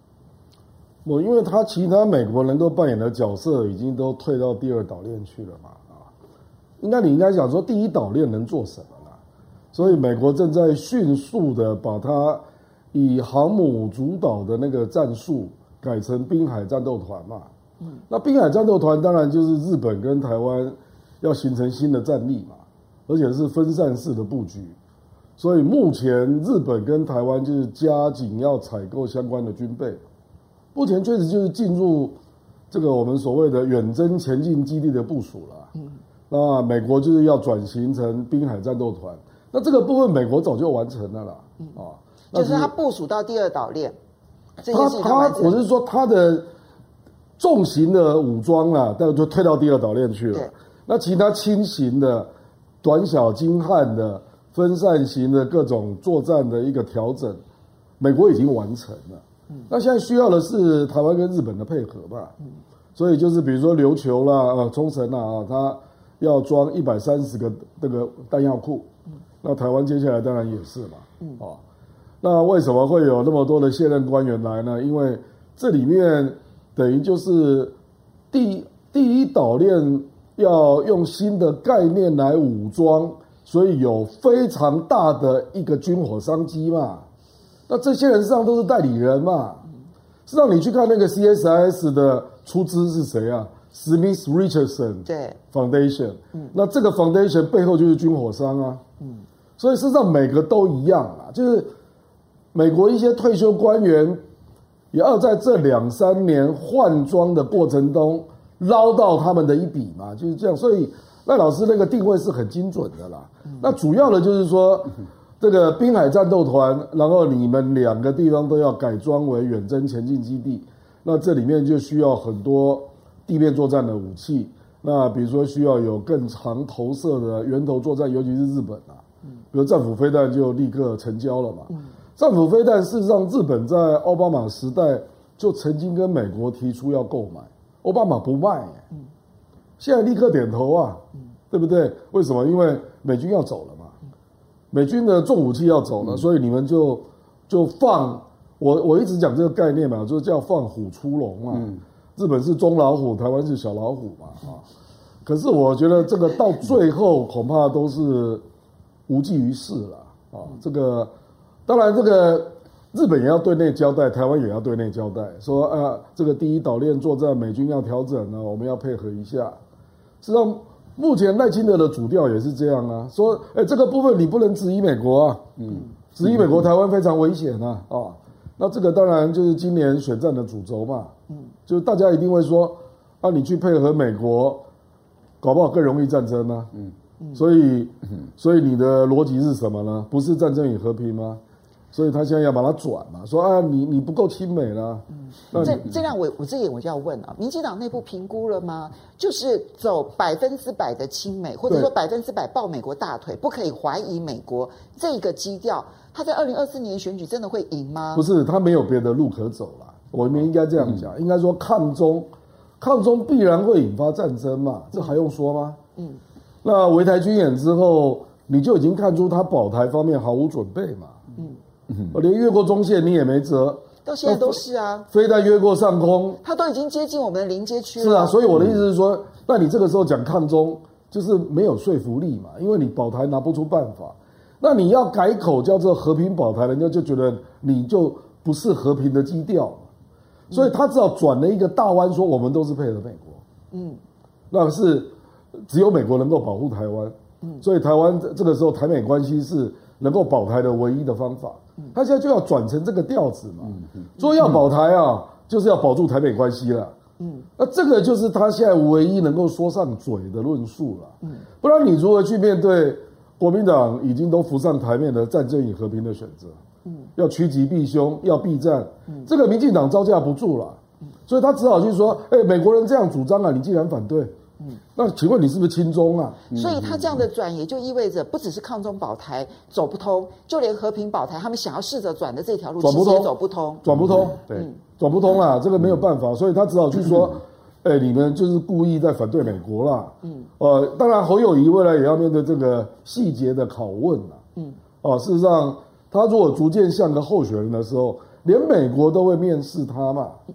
因为他其他美国能够扮演的角色已经都退到第二岛链去了嘛，你应该想说第一岛链能做什么啦？所以美国正在迅速的把它以航母主导的那个战术改成滨海战斗团嘛。那滨海战斗团当然就是日本跟台湾要形成新的战力嘛，而且是分散式的布局。所以目前日本跟台湾就是加紧要采购相关的军备。目前确实就是进入这个我们所谓的远征前进基地的部署了。那美国就是要转型成滨海战斗团，那这个部分美国早就完成了啦。 就是他部署到第二岛链， 我是说他的重型的武装啦，但就退到第二岛链去了。那其他轻型的、短小精悍的、分散型的各种作战的一个调整，美国已经完成了。那现在需要的是台湾跟日本的配合嘛，所以就是比如说琉球啦、冲绳啦，它要装130个这个弹药库，那台湾接下来当然也是嘛，那为什么会有那么多的现任官员来呢？因为这里面等于就是第一岛链要用新的概念来武装，所以有非常大的一个军火商机嘛。那这些人实际上都是代理人嘛，实际上你去看那个 CSIS 的出资是谁啊 ？Smith Richardson Foundation，那这个 Foundation 背后就是军火商啊，所以事实上每个都一样啦，就是美国一些退休官员也要在这2-3年换装的过程中捞到他们的一笔嘛，就是这样。所以赖老师那个定位是很精准的啦。那主要的就是说。这个滨海战斗团，然后你们2个地方都要改装为远征前进基地，那这里面就需要很多地面作战的武器，那比如说需要有更长投射的源头作战，尤其是日本啊，比如战斧飞弹就立刻成交了嘛。战斧飞弹事实上日本在奥巴马时代就曾经跟美国提出要购买，奥巴马不卖，现在立刻点头啊，对不对？为什么？因为美军要走了嘛。美军的重武器要走了，所以你们就放我一直讲这个概念嘛，就叫放虎出笼嘛。日本是中老虎，台湾是小老虎嘛可是我觉得这个到最后恐怕都是无济于事了这个当然这个日本也要对内交代，台湾也要对内交代，说这个第一岛链作战美军要调整了，我们要配合一下。实际上。目前赖清德的主调也是这样啊，说，这个部分你不能质疑美国啊，质疑美国台湾非常危险啊，那这个当然就是今年选战的主轴嘛，就大家一定会说，你去配合美国，搞不好更容易战争啊，所以你的逻辑是什么呢？不是战争与和平吗？所以他现在要把它转嘛，说你不够亲美啦。 这让我这点我就要问了，民进党内部评估了吗？就是走100%的亲美，或者说100%抱美国大腿，不可以怀疑美国这个基调，他在2024年选举真的会赢吗？ 不是，他没有别的路可走了。我们应该这样讲，应该说抗中必然会引发战争嘛，这还用说吗？那围台军演之后，你就已经看出他保台方面毫无准备嘛。连越过中线你也没辙， 到现在都是啊， 飞弹越过上空， 它都已经接近我们的临街区了。 是啊，所以我的意思是说，那你这个时候讲抗中，就是没有说服力嘛，因为你保台拿不出办法。那你要改口叫做和平保台，人家就觉得你就不是和平的基调，所以他只好转了一个大弯，说我们都是配合美国。那是只有美国能够保护台湾，所以台湾这个时候台美关系是能够保台的唯一的方法。他现在就要转成这个调子嘛，说要保台就是要保住台美关系了。那这个就是他现在唯一能够说上嘴的论述了。不然你如何去面对国民党已经都浮上台面的战争与和平的选择？要趋吉避凶，要避战，这个民进党招架不住了，所以他只好去说：美国人这样主张啊，你既然反对。那请问你是不是亲中啊？ 所以他这样的转也就意味着不只是抗中保台走不通，就连和平保台他们想要试着转的这条路其实也走不通， 转不通，对，转不通啦，这个没有办法，所以他只好去说，你们就是故意在反对美国啦。当然侯友宜未来也要面对这个细节的拷问啦。事实上他如果逐渐像个候选人的时候，连美国都会面试他嘛。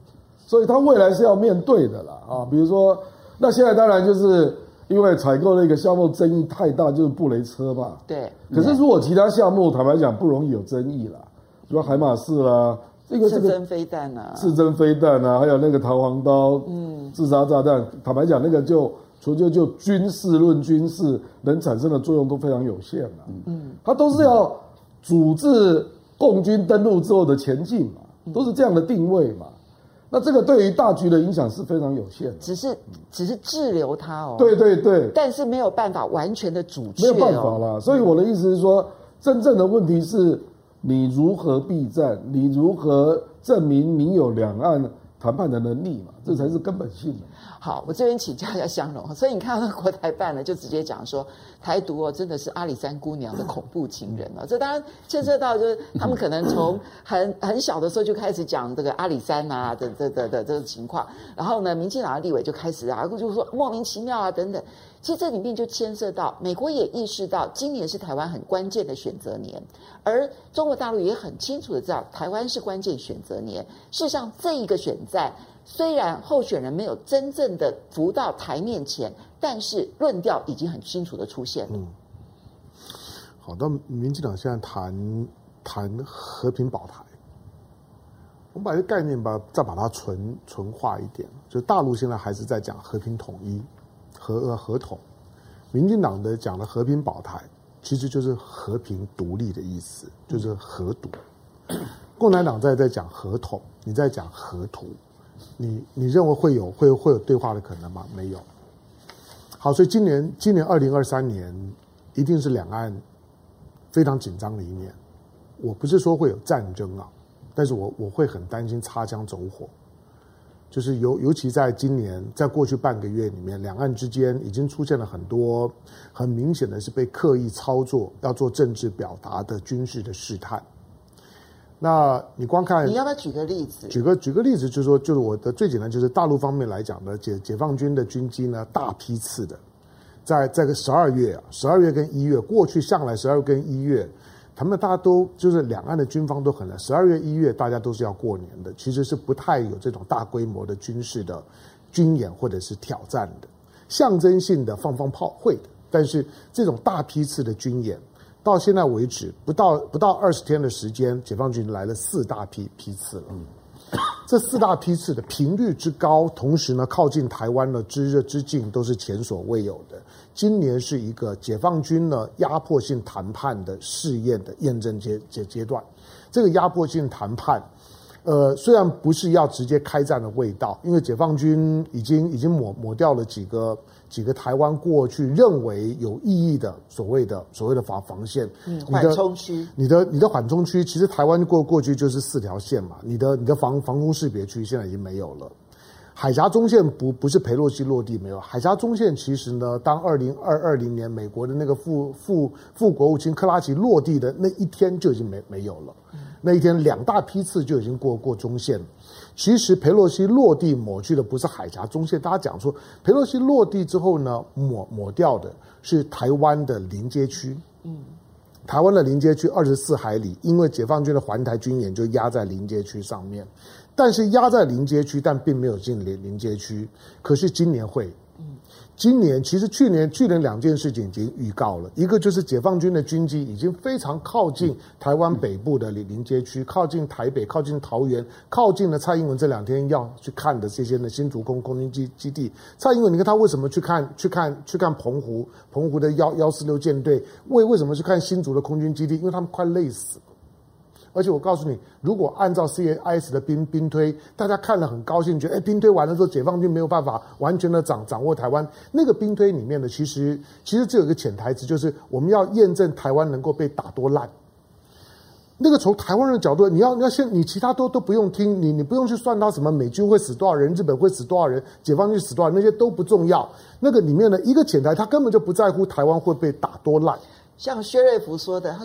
所以他未来是要面对的啦啊。比如说，那现在当然就是因为采购那个项目争议太大，就是布雷车嘛。 对。 可是如果其他项目坦白讲不容易有争议啦，比如海马士啦， 刺针飞弹啊， 刺针飞弹啊，还有那个弹簧刀，自杀炸弹，坦白讲那个就军事论军事能产生的作用都非常有限了。它都是要阻止共军登陆之后的前进嘛，都是这样的定位嘛。那这个对于大局的影响是非常有限的。 只是滞留它哦。 对对对。 但是没有办法完全的阻却。 没有办法啦。所以我的意思是说，真正的问题是你如何避战，你如何证明你有两岸谈判的能力嘛，这才是根本性的。 好，我这边请教一下香龙，所以你看到国台办呢，就直接讲说，台独哦，真的是阿里山姑娘的恐怖情人啊！这当然牵涉到就是他们可能从很小的时候就开始讲这个阿里山啊的这个情况，然后呢，民进党的立委就开始啊，就说莫名其妙啊等等。其实这里面就牵涉到美国也意识到今年是台湾很关键的选择年，而中国大陆也很清楚的知道台湾是关键选择年。事实上，这一个选战虽然候选人没有真正的浮到台面前，但是论调已经很清楚的出现了。 好，那民进党现在谈和平保台，我们把这个概念再把它纯化一点，就是大陆现在还是在讲和平统一。合统，民进党的讲的和平保台，其实就是和平独立的意思，就是和独。共产党在讲和统，你在讲和图，你认为会有对话的可能吗？没有。好，所以今年2023年一定是两岸非常紧张的一年。我不是说会有战争啊，但是我会很担心擦枪走火。就是尤其在今年，在过去半个月里面，两岸之间已经出现了很多很明显的是被刻意操作，要做政治表达的军事的试探。那你光看， 你要不要举个例子？ 举个例子，就是我的最简单，就是大陆方面来讲呢，解放军的军机呢大批次的，在个12月跟1月，过去向来12月跟1月。他们大家都就是两岸的军方都很冷，12月1月大家都是要过年的，其实是不太有这种大规模的军事的军演或者是挑战的，象征性的放炮会的，但是这种大批次的军演，到现在为止不到20天的时间，解放军来了4大批次了。这4大批次的频率之高，同时呢靠近台湾的之热之境都是前所未有的。今年是一个解放军呢压迫性谈判的试验的验证阶段。这个压迫性谈判，虽然不是要直接开战的味道，因为解放军已经抹掉了几个台湾过去认为有意义的所谓的防线， 缓冲区， 你的缓冲区，其实台湾过去就是4条线嘛，你的防空识别区现在已经没有了。海峡中线不是裴洛西落地没有，海峡中线其实呢，当2020年美国的那个副国务卿克拉奇落地的那一天就已经没有了，那一天2大批次就已经过中线了。其实裴洛西落地抹去的不是海峡中线，大家讲说裴洛西落地之后呢，抹掉的是台湾的临街区。台湾的临街区24海里，因为解放军的环台军演就压在临街区上面，但是压在临街区，但并没有进临街区。可是今年会，今年其实去年2件事情已经预告了，一个就是解放军的军机已经非常靠近台湾北部的临街区，靠近台北，靠近桃园，靠近了蔡英文这2天要去看的这些的新竹空军基地。蔡英文，你看他为什么去看澎湖的146舰队？为什么去看新竹的空军基地？因为他们快累死了。而且我告诉你，如果按照 CIS 的兵推，大家看了很高兴，觉得兵推完了之后，解放军没有办法完全的掌握台湾。那个兵推里面的其实只有一个潜台词，就是我们要验证台湾能够被打多烂。那个从台湾人的角度，你要先，你其他都不用听，你不用去算他什么美军会死多少人，日本会死多少人，解放军死多少人，那些都不重要。那个里面的一个潜台，他根本就不在乎台湾会被打多烂。 像薛瑞福说的，他说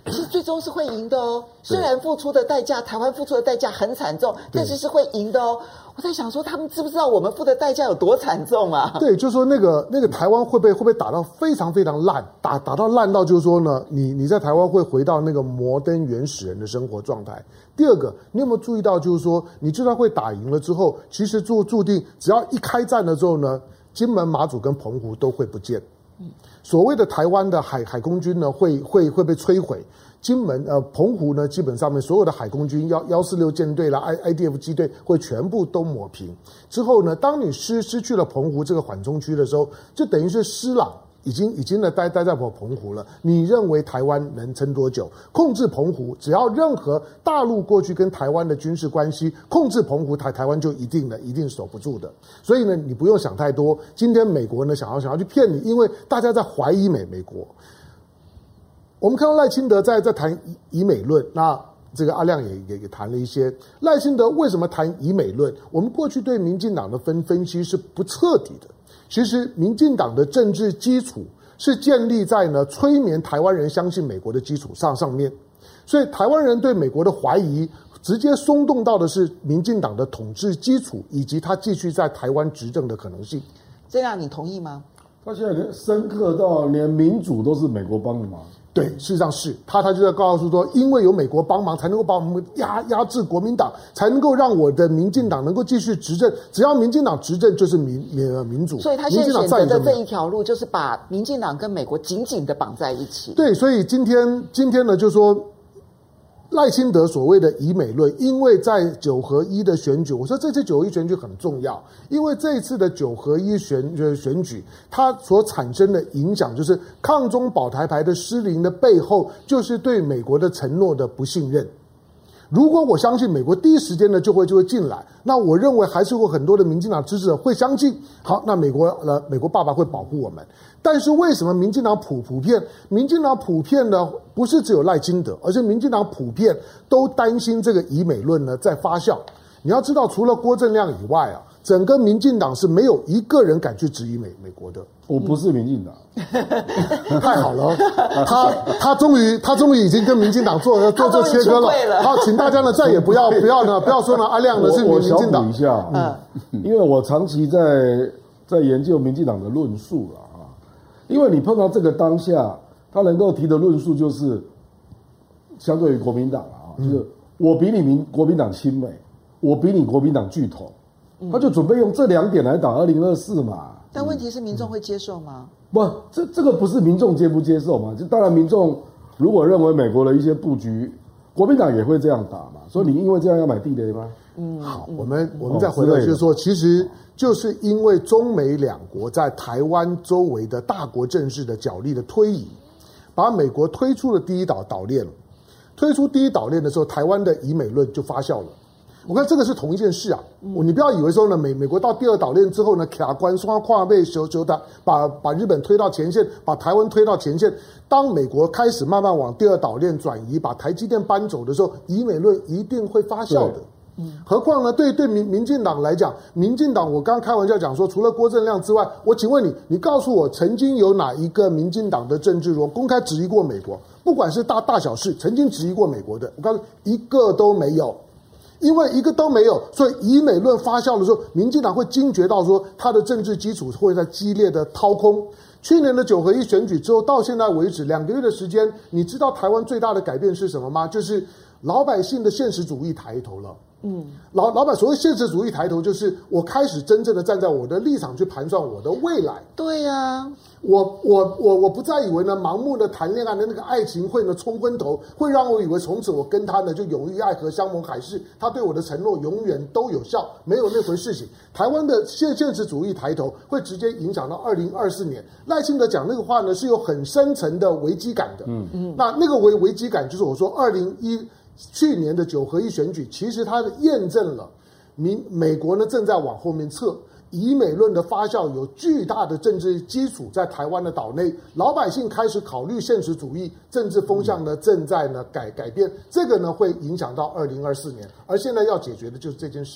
是最终是会赢的哦。虽然付出的代价，台湾付出的代价很惨重，但是是会赢的哦。我在想说，他们知不知道我们付的代价有多惨重啊？ 对，就是说那个台湾会不会打到非常非常烂，打到烂到就是说呢，你在台湾会回到那个摩登原始人的生活状态。第二个，你有没有注意到，就是说你就算会打赢了之后，其实注定只要一开战了之后呢，金门、马祖跟澎湖都会不见。所谓的台湾的海空军呢，会被摧毁。金门澎湖呢，基本上面所有的海空军146舰队啦、IDF 机队会全部都抹平。之后呢，当你失去了澎湖这个缓冲区的时候，就等于是施琅已经呢待在澎湖了。你认为台湾能撑多久？控制澎湖，只要任何大陆过去跟台湾的军事关系控制澎湖，台湾就一定守不住的。所以呢，你不用想太多。今天美国呢想要去骗你，因为大家在怀疑美国。我们看到赖清德在谈以美论，那这个阿亮也谈了一些。赖清德为什么谈以美论？我们过去对民进党的分析是不彻底的。其实民进党的政治基础是建立在呢催眠台湾人相信美国的基础上面，所以台湾人对美国的怀疑直接松动到的是民进党的统治基础以及他继续在台湾执政的可能性。 这样你同意吗？ 他现在深刻到连民主都是美国帮的忙。 对，事实上是他就在告诉说，因为有美国帮忙，才能够把我们压制国民党，才能够让我的民进党能够继续执政。只要民进党执政，就是民主。 所以他现在选择的这一条路，就是把民进党跟美国紧紧的绑在一起。 对，所以今天呢，就是说赖清德所谓的以美论，因为在9合1的选举，我说这次9合1选举很重要，因为这一次的9合1选举，它所产生的影响就是抗中保台牌的失灵的背后，就是对美国的承诺的不信任。如果我相信美国第一时间呢就会进来，那我认为还是会很多的民进党支持者会相信，好，那美国爸爸会保护我们。但是为什么民进党普遍呢不是只有赖清德，而是民进党普遍都担心这个以美论呢在发酵。你要知道，除了郭正亮以外啊，整个民进党是没有一个人敢去质疑美国的。 我不是民进党， 太好了，他终于已经跟民进党做切割了。好，请大家呢再也不要说呢阿亮呢是民进党。 我小补一下，因为我长期在研究民进党的论述了啊。因为你碰到这个当下，他能够提的论述就是相对于国民党啊，就是我比你国民党亲美，我比你国民党巨统，他就准备用这2点来打2024嘛。 但问题是民众会接受吗？ 不，这个不是民众接不接受嘛？就当然民众如果认为美国的一些布局，国民党也会这样打嘛。所以你因为这样要买地雷吗？ 好，我们再回来就是说，其实就是因为中美两国在台湾周围的大国政治的角力的推移，把美国推出了第一岛链了。推出第一岛链的时候，台湾的以美论就发酵了。我看这个是同一件事啊，你不要以为说呢，美国到第2岛链之后呢，卡关双跨背修的，把日本推到前线，把台湾推到前线。当美国开始慢慢往第2岛链转移，把台积电搬走的时候，以美论一定会发酵的。何况呢？对民进党来讲，民进党我刚刚开玩笑讲说，除了郭正亮之外，我请问你告诉我，曾经有哪一个民进党的政治人物公开质疑过美国？不管是大小事，曾经质疑过美国的，我告诉你，一个都没有。因为一个都没有，所以以美论发酵的时候，民进党会惊觉到说，他的政治基础会在激烈的掏空。去年的9合1选举之后，到现在为止2个月的时间，你知道台湾最大的改变是什么吗？就是老百姓的现实主义抬头了。老百所谓现实主义抬头，就是我开始真正的站在我的立场去盘算我的未来。 对呀， 我不再以为呢盲目的谈恋爱的那个爱情会呢冲昏头，会让我以为从此我跟他呢就永浴爱河相盟海誓，他对我的承诺永远都有效，没有那回事情。台湾的现实主义抬头会直接影响到2024年。赖清德讲那个话呢是有很深层的危机感的。那个危机感就是我说去年的9合1选举，其实它验证了美国呢正在往后面撤，以美论的发酵有巨大的政治基础在台湾的岛内，老百姓开始考虑现实主义，政治风向呢正在呢改变，这个呢会影响到2024年，而现在要解决的就是这件事。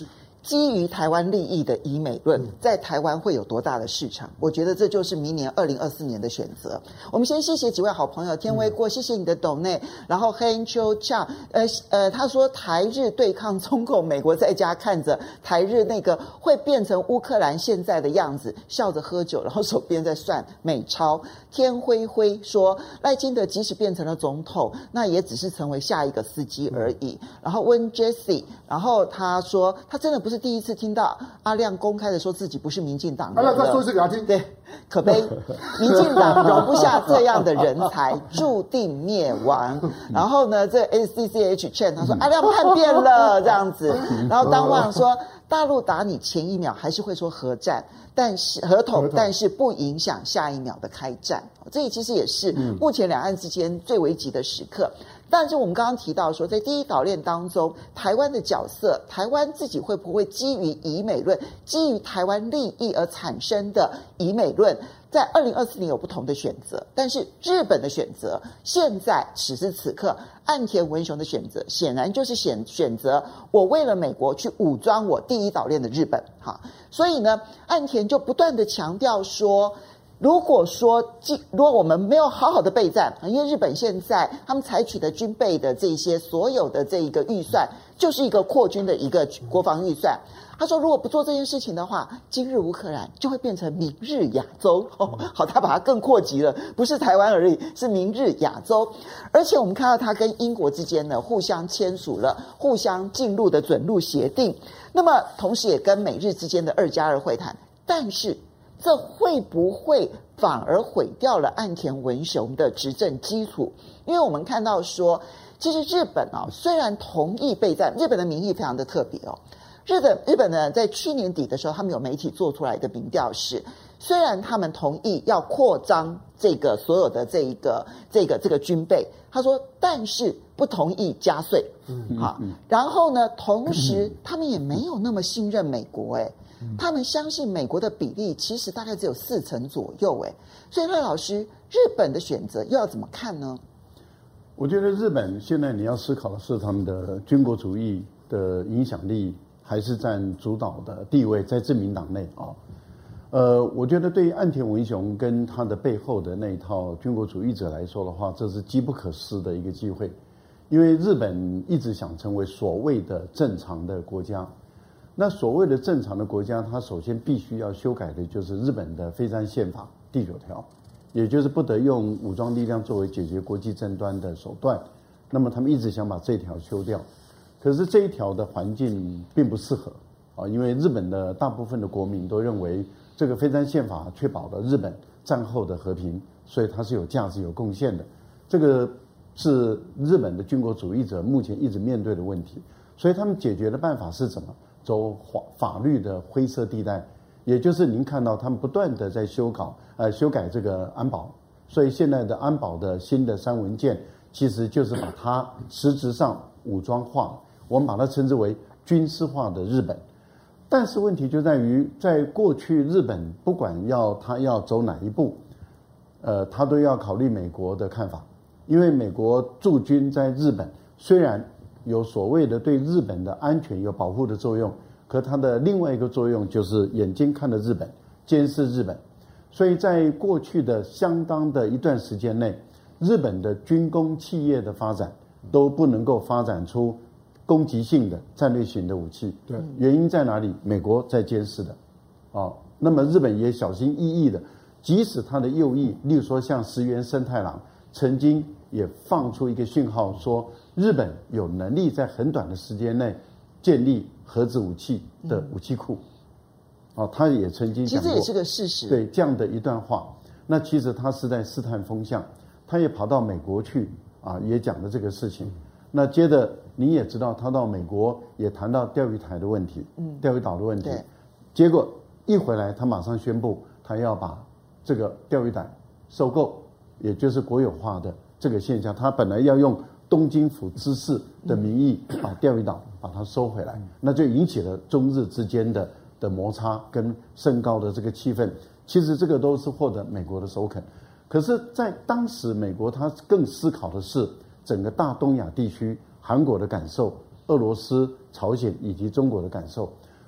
基于台湾利益的以美论，在台湾会有多大的市场？我觉得这就是明年2024年的选择。我们先谢谢几位好朋友，天威过，谢谢你的斗内，然后黑秋呛，他说台日对抗中共，美国在家看着台日那个会变成乌克兰现在的样子，笑着喝酒，然后手边在算美钞。天灰灰说，赖清德即使变成了总统，那也只是成为下一个司机而已。然后温 Jessie， 然后他说他真的不是第一次听到阿亮公开的说自己不是民进党人了。 阿亮再说一次给他听。 对，可悲，民进党容不下这样的人才，注定灭亡。然后呢，这 SCCH 劝他说阿亮叛变了这样子。然后当晚说大陆打你前一秒还是会说核战，但是合同，但是不影响下一秒的开战。这其实也是目前两岸之间最危急的时刻。但是我们刚刚提到说，在第一岛链当中，台湾的角色，台湾自己会不会基于以美论，基于台湾利益而产生的以美论，在2024年有不同的选择。但是日本的选择，现在此时此刻，岸田文雄的选择，显然就是选择我为了美国去武装我第一岛链的日本。哈，所以呢，岸田就不断的强调说，如果我们没有好好的备战，因为日本现在他们采取的军备的这些所有的这一个预算，就是一个扩军的一个国防预算。他说，如果不做这件事情的话，今日乌克兰就会变成明日亚洲。好，他把它更扩及了，不是台湾而已，是明日亚洲。而且我们看到他跟英国之间呢，互相签署了互相进入的准入协定，那么同时也跟美日之间的2+2会谈，但是这会不会反而毁掉了岸田文雄的执政基础？因为我们看到说，其实日本虽然同意备战，日本的民意非常的特别哦。日本呢，在去年底的时候，他们有媒体做出来的民调是，虽然他们同意要扩张这个所有的这个军备，他说，但是不同意加税。好，然后呢，同时他们也没有那么信任美国，他们相信美国的比例其实大概只有40%左右，所以赖老师，日本的选择又要怎么看呢？ 我觉得日本现在你要思考的是他们的军国主义的影响力还是占主导的地位，在自民党内啊。我觉得对于岸田文雄跟他的背后的那一套军国主义者来说的话，这是机不可失的一个机会，因为日本一直想成为所谓的正常的国家。那所谓的正常的国家，它首先必须要修改的就是日本的非战宪法第9条，也就是不得用武装力量作为解决国际争端的手段。那么他们一直想把这条修掉，可是这一条的环境并不适合啊，因为日本的大部分的国民都认为这个非战宪法确保了日本战后的和平，所以它是有价值、有贡献的。这个是日本的军国主义者目前一直面对的问题，所以他们解决的办法是什么？走法律的灰色地带，也就是您看到他们不断的在修改这个安保，所以现在的安保的新的3文件，其实就是把它实质上武装化，我们把它称之为军事化的日本。但是问题就在于，在过去日本不管他要走哪一步，他都要考虑美国的看法，因为美国驻军在日本虽然有所谓的对日本的安全有保护的作用，可它的另外一个作用就是眼睛看着日本，监视日本。所以在过去的相当的一段时间内，日本的军工企业的发展都不能够发展出攻击性的战略型的武器。 对， 原因在哪里？美国在监视的，那么日本也小心翼翼的，即使它的右翼，例如说像石原生太郎，曾经也放出一个讯号说，日本有能力在很短的时间内建立核子武器的武器库。他也曾经讲过， 其实也是个事实。 对这样的一段话，那其实他是在试探风向，他也跑到美国去也讲了这个事情。那接着你也知道，他到美国也谈到钓鱼台的问题，钓鱼岛的问题。结果一回来，他马上宣布他要把这个钓鱼岛收购，也就是国有化的这个现象。他本来要用东京府知事的名义把钓鱼岛把它收回来，那就引起了中日之间的摩擦跟升高的这个气氛。其实这个都是获得美国的首肯。可是在当时美国他更思考的是整个大东亚地区，韩国的感受、俄罗斯、朝鲜以及中国的感受。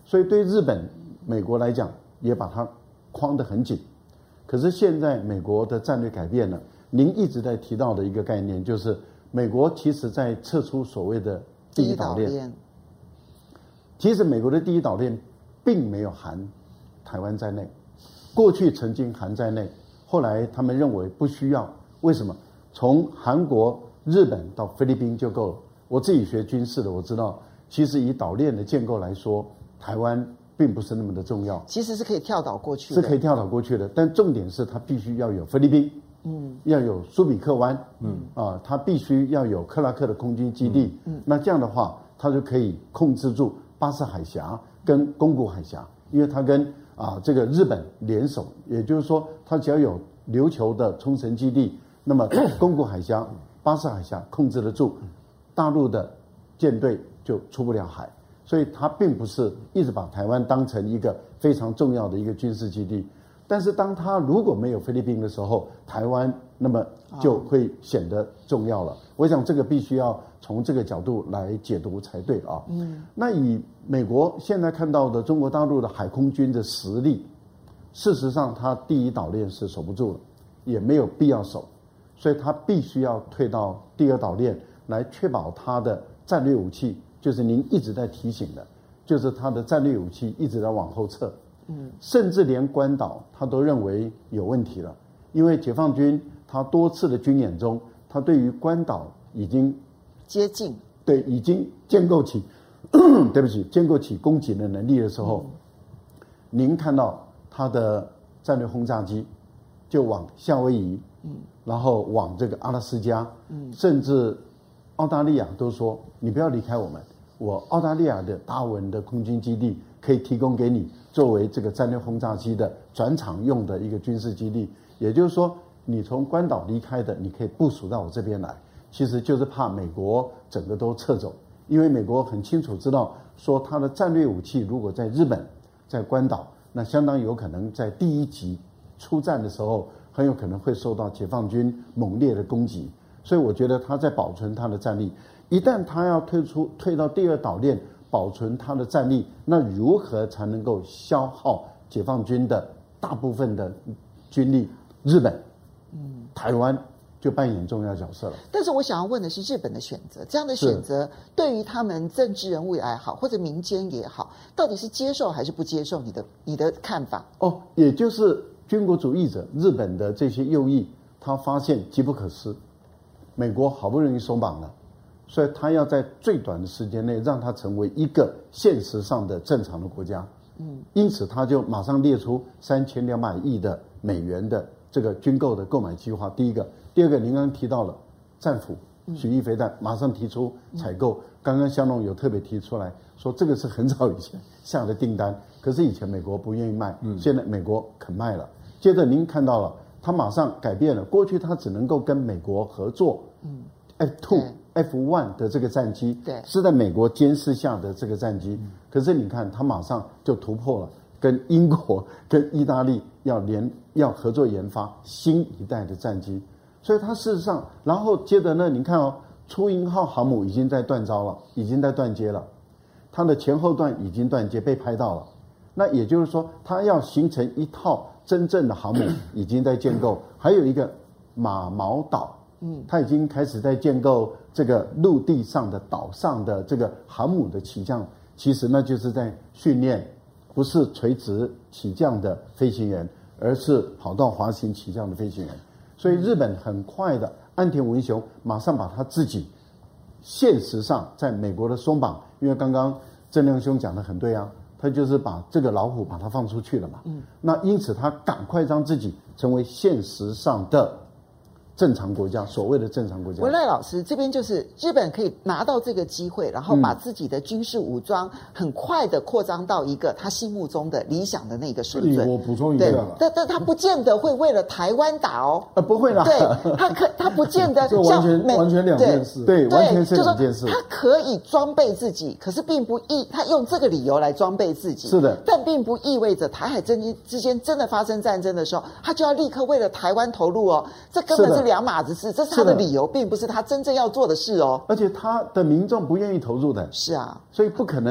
所以对日本、美国来讲也把它框得很紧。可是现在美国的战略改变了，您一直在提到的一个概念，就是美国其实在撤出所谓的第一岛链。其实美国的第一岛链并没有含台湾在内，过去曾经含在内，后来他们认为不需要。为什么？从韩国、日本到菲律宾就够了。我自己学军事的，我知道，其实以岛链的建构来说，台湾并不是那么的重要， 其实是可以跳岛过去的， 是可以跳岛过去的。但重点是它必须要有菲律宾，要有苏比克湾，它必须要有克拉克的空军基地，那这样的话，它就可以控制住巴士海峡跟宫古海峡，因为它跟这个日本联手，也就是说，它只要有琉球的冲绳基地，那么宫古海峡、巴士海峡控制得住，大陆的舰队就出不了海。所以它并不是一直把台湾当成一个非常重要的一个军事基地，但是当它如果没有菲律宾的时候，台湾那么就会显得重要了。我想这个必须要从这个角度来解读才对啊。那以美国现在看到的中国大陆的海空军的实力，事实上它第一岛链是守不住了，也没有必要守，所以它必须要退到第二岛链来确保它的战略武器。就是您一直在提醒的，就是他的战略武器一直在往后撤，甚至连关岛他都认为有问题了，因为解放军他多次的军演中，他对于关岛已经接近， 对，已经建构起建构起攻击的能力的时候，您看到他的战略轰炸机就往夏威夷，然后往这个阿拉斯加，甚至澳大利亚都说你不要离开我们，我澳大利亚的达尔文的空军基地可以提供给你作为这个战略轰炸机的转场用的一个军事基地。也就是说，你从关岛离开的，你可以部署到我这边来，其实就是怕美国整个都撤走，因为美国很清楚知道说它的战略武器如果在日本、在关岛，那相当有可能在第一级出战的时候，很有可能会受到解放军猛烈的攻击。所以我觉得他在保存他的战力，一旦他要退到第二岛链，保存他的战力，那如何才能够消耗解放军的大部分的军力？日本、台湾就扮演重要角色了。 但是我想要问的是，日本的选择，这样的选择对于他们政治人物也好，或者民间也好，到底是接受还是不接受？你的看法？ 也就是军国主义者，日本的这些右翼，他发现机不可失。美国好不容易松绑了，所以他要在最短的时间内让它成为一个现实上的正常的国家。因此他就马上列出3200亿的美元的这个军购的购买计划。第一个，第二个，您刚刚提到了战斧、巡弋飞弹，马上提出采购。刚刚香农有特别提出来说，这个是很早以前下的订单，可是以前美国不愿意卖，现在美国肯卖了。接着您看到了。他马上改变了，过去他只能够跟美国合作，F2、F1 的这个战机，是在美国监视下的这个战机。可是你看，他马上就突破了，跟英国、跟意大利要合作研发新一代的战机。所以他事实上，然后接着呢，你看出鹰号航母已经在断招了，已经在断接了，它的前后段已经断接被拍到了。那也就是说，它要形成一套真正的航母已经在建构，还有一个马毛岛，它已经开始在建构这个陆地上的岛上的这个航母的起降，其实那就是在训练，不是垂直起降的飞行员，而是跑道滑行起降的飞行员。所以日本很快的，岸田文雄马上把他自己现实上在美国的松绑，因为刚刚郑亮兄讲的很对啊。他就是把这个老虎把它放出去了嘛，那因此他赶快让自己成为现实上的正常国家，所谓的正常国家。 文赖老师这边就是日本可以拿到这个机会，然后把自己的军事武装很快的扩张到一个他心目中的理想的那个水准。 我补充一下， 但他不见得会为了台湾打哦， 不会啦。 对，他不见得这完全两件事， 对，完全是两件事。 他可以装备自己，可是并不他用这个理由来装备自己， 是的， 但并不意味着台海之间真的发生战争的时候，他就要立刻为了台湾投入哦，这根本是两码子事，这是他的理由，并不是他真正要做的事哦。 而且他的民众不愿意投入的， 是啊， 所以不可能的。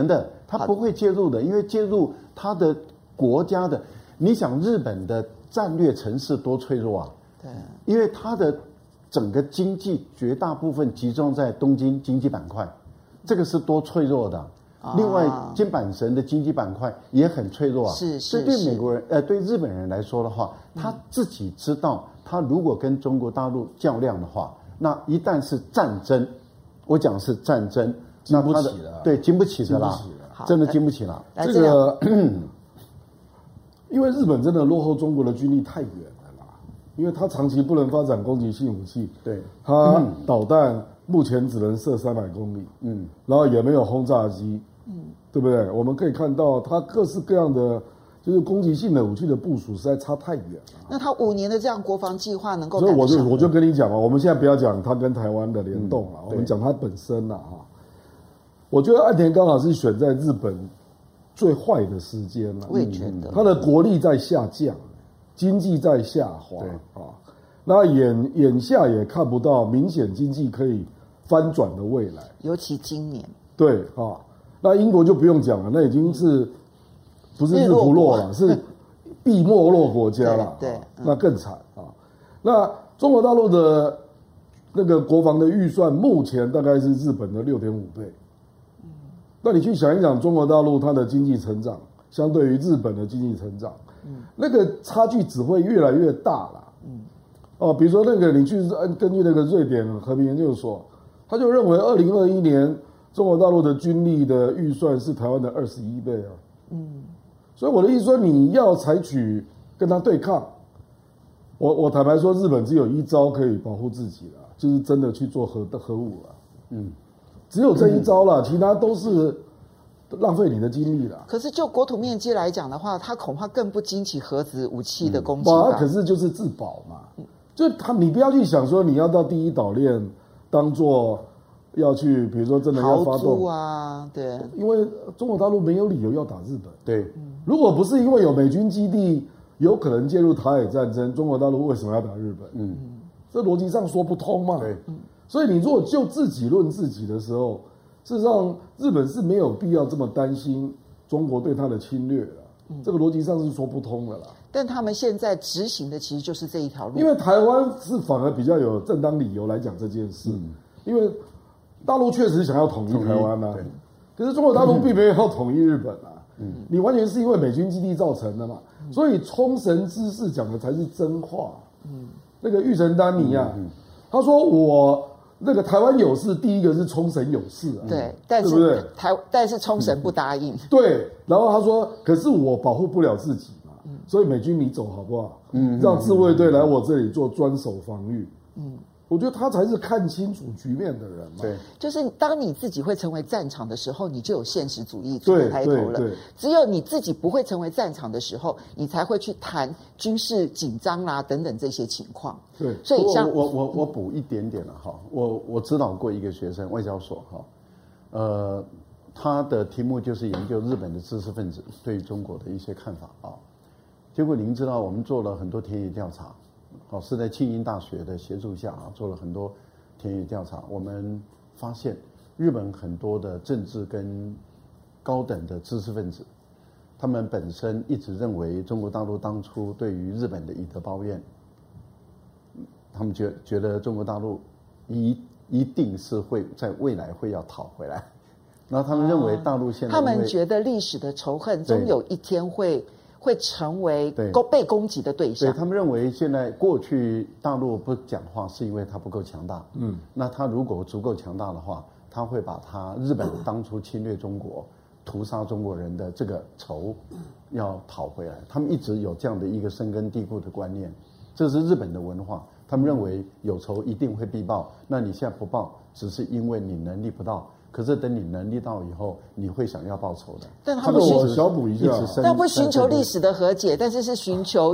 他不会介入的，因为介入他的国家的，你想日本的战略城市多脆弱啊？ 对， 因为它的整个经济绝大部分集中在东京经济板块，这个是多脆弱的。另外，金板神的经济板块也很脆弱啊。 是。 对美国人，对日本人来说的话，他自己知道，他如果跟中国大陆较量的话，那一旦是战争，我讲是战争， 经不起了。 对，经不起的啦，真的经不起了。 这个，因为日本真的落后中国的军力太远了啦，因为它长期不能发展攻击性武器， 对， 它导弹目前只能射300公里，然后也没有轰炸机。对不对？我们可以看到，它各式各样的就是攻击性的武器的部署实在差太远了。 那它5年的这样国防计划能够？ 所以我就跟你讲嘛，我们现在不要讲它跟台湾的联动了，我们讲它本身了哈。我觉得岸田刚好是选在日本最坏的时间了， 我也觉得它的国力在下降，经济在下滑啊。那眼下也看不到明显经济可以翻转的未来， 尤其今年。 对啊。那英国就不用讲了，那已经是不是日不落了，是必没落国家了。 对， 那更惨啊！那中国大陆的那个国防的预算，目前大概是日本的6.5倍。那你去想一想，中国大陆它的经济成长，相对于日本的经济成长，那个差距只会越来越大了。比如说那个你去根据那个瑞典和平研究所，他就认为2021年。中国大陆的军力的预算是台湾的21倍啊，所以我的意思说，你要采取跟他对抗，我坦白说，日本只有一招可以保护自己了，就是真的去做核武了，只有这一招了，其他都是浪费你的精力了。 可是就国土面积来讲的话，它恐怕更不经起核子武器的攻击吧？ 可是就是自保嘛，就你不要去想说你要到第一岛链当做。要去，比如说真的要发动啊，对， 因为中国大陆没有理由要打日本。 对， 如果不是因为有美军基地有可能介入台海战争，中国大陆为什么要打日本？这逻辑上说不通嘛。 对， 所以你如果就自己论自己的时候，事实上日本是没有必要这么担心中国对他的侵略了。这个逻辑上是说不通的啦。 但他们现在执行的其实就是这一条路， 因为台湾是反而比较有正当理由来讲这件事，因为。大陆确实想要统一台湾啊，可是中国大陆并没有要统一日本啊，你完全是因为美军基地造成的嘛，所以冲绳知事讲的才是真话。那个玉成丹尼啊，他说我那个台湾有事，第一个是冲绳有事啊， 对，但是对不对？ 但是冲绳不答应， 对，然后他说，可是我保护不了自己嘛，所以美军你走好不好？让自卫队来我这里做专守防御。我觉得他才是看清楚局面的人嘛。 对， 就是当你自己会成为战场的时候，你就有现实主义出来抬头了。只有你自己不会成为战场的时候，你才会去谈军事紧张啦等等这些情况。 对， 所以像我补一点点了哈，我指导过一个学生，外交所哈，他的题目就是研究日本的知识分子对于中国的一些看法啊。结果您知道，我们做了很多田野调查。是在庆应大学的协助下做了很多田野调查。我们发现，日本很多的政治跟高等的知识分子，他们本身一直认为中国大陆当初对于日本的以德报怨，他们觉得中国大陆一定是会在未来会要讨回来。然后他们认为大陆现在， 他们觉得历史的仇恨终有一天会成为被攻击的对象。 对，他们认为现在过去大陆不讲话是因为它不够强大。那它如果足够强大的话，他会把日本当初侵略中国、屠杀中国人的这个仇要讨回来。他们一直有这样的一个深根蒂固的观念，这是日本的文化。他们认为有仇一定会必报，那你现在不报，只是因为你能力不到。可是等你能力到以后，你会想要报仇的。 但他们小补一下， 但不寻求历史的和解，但是是寻求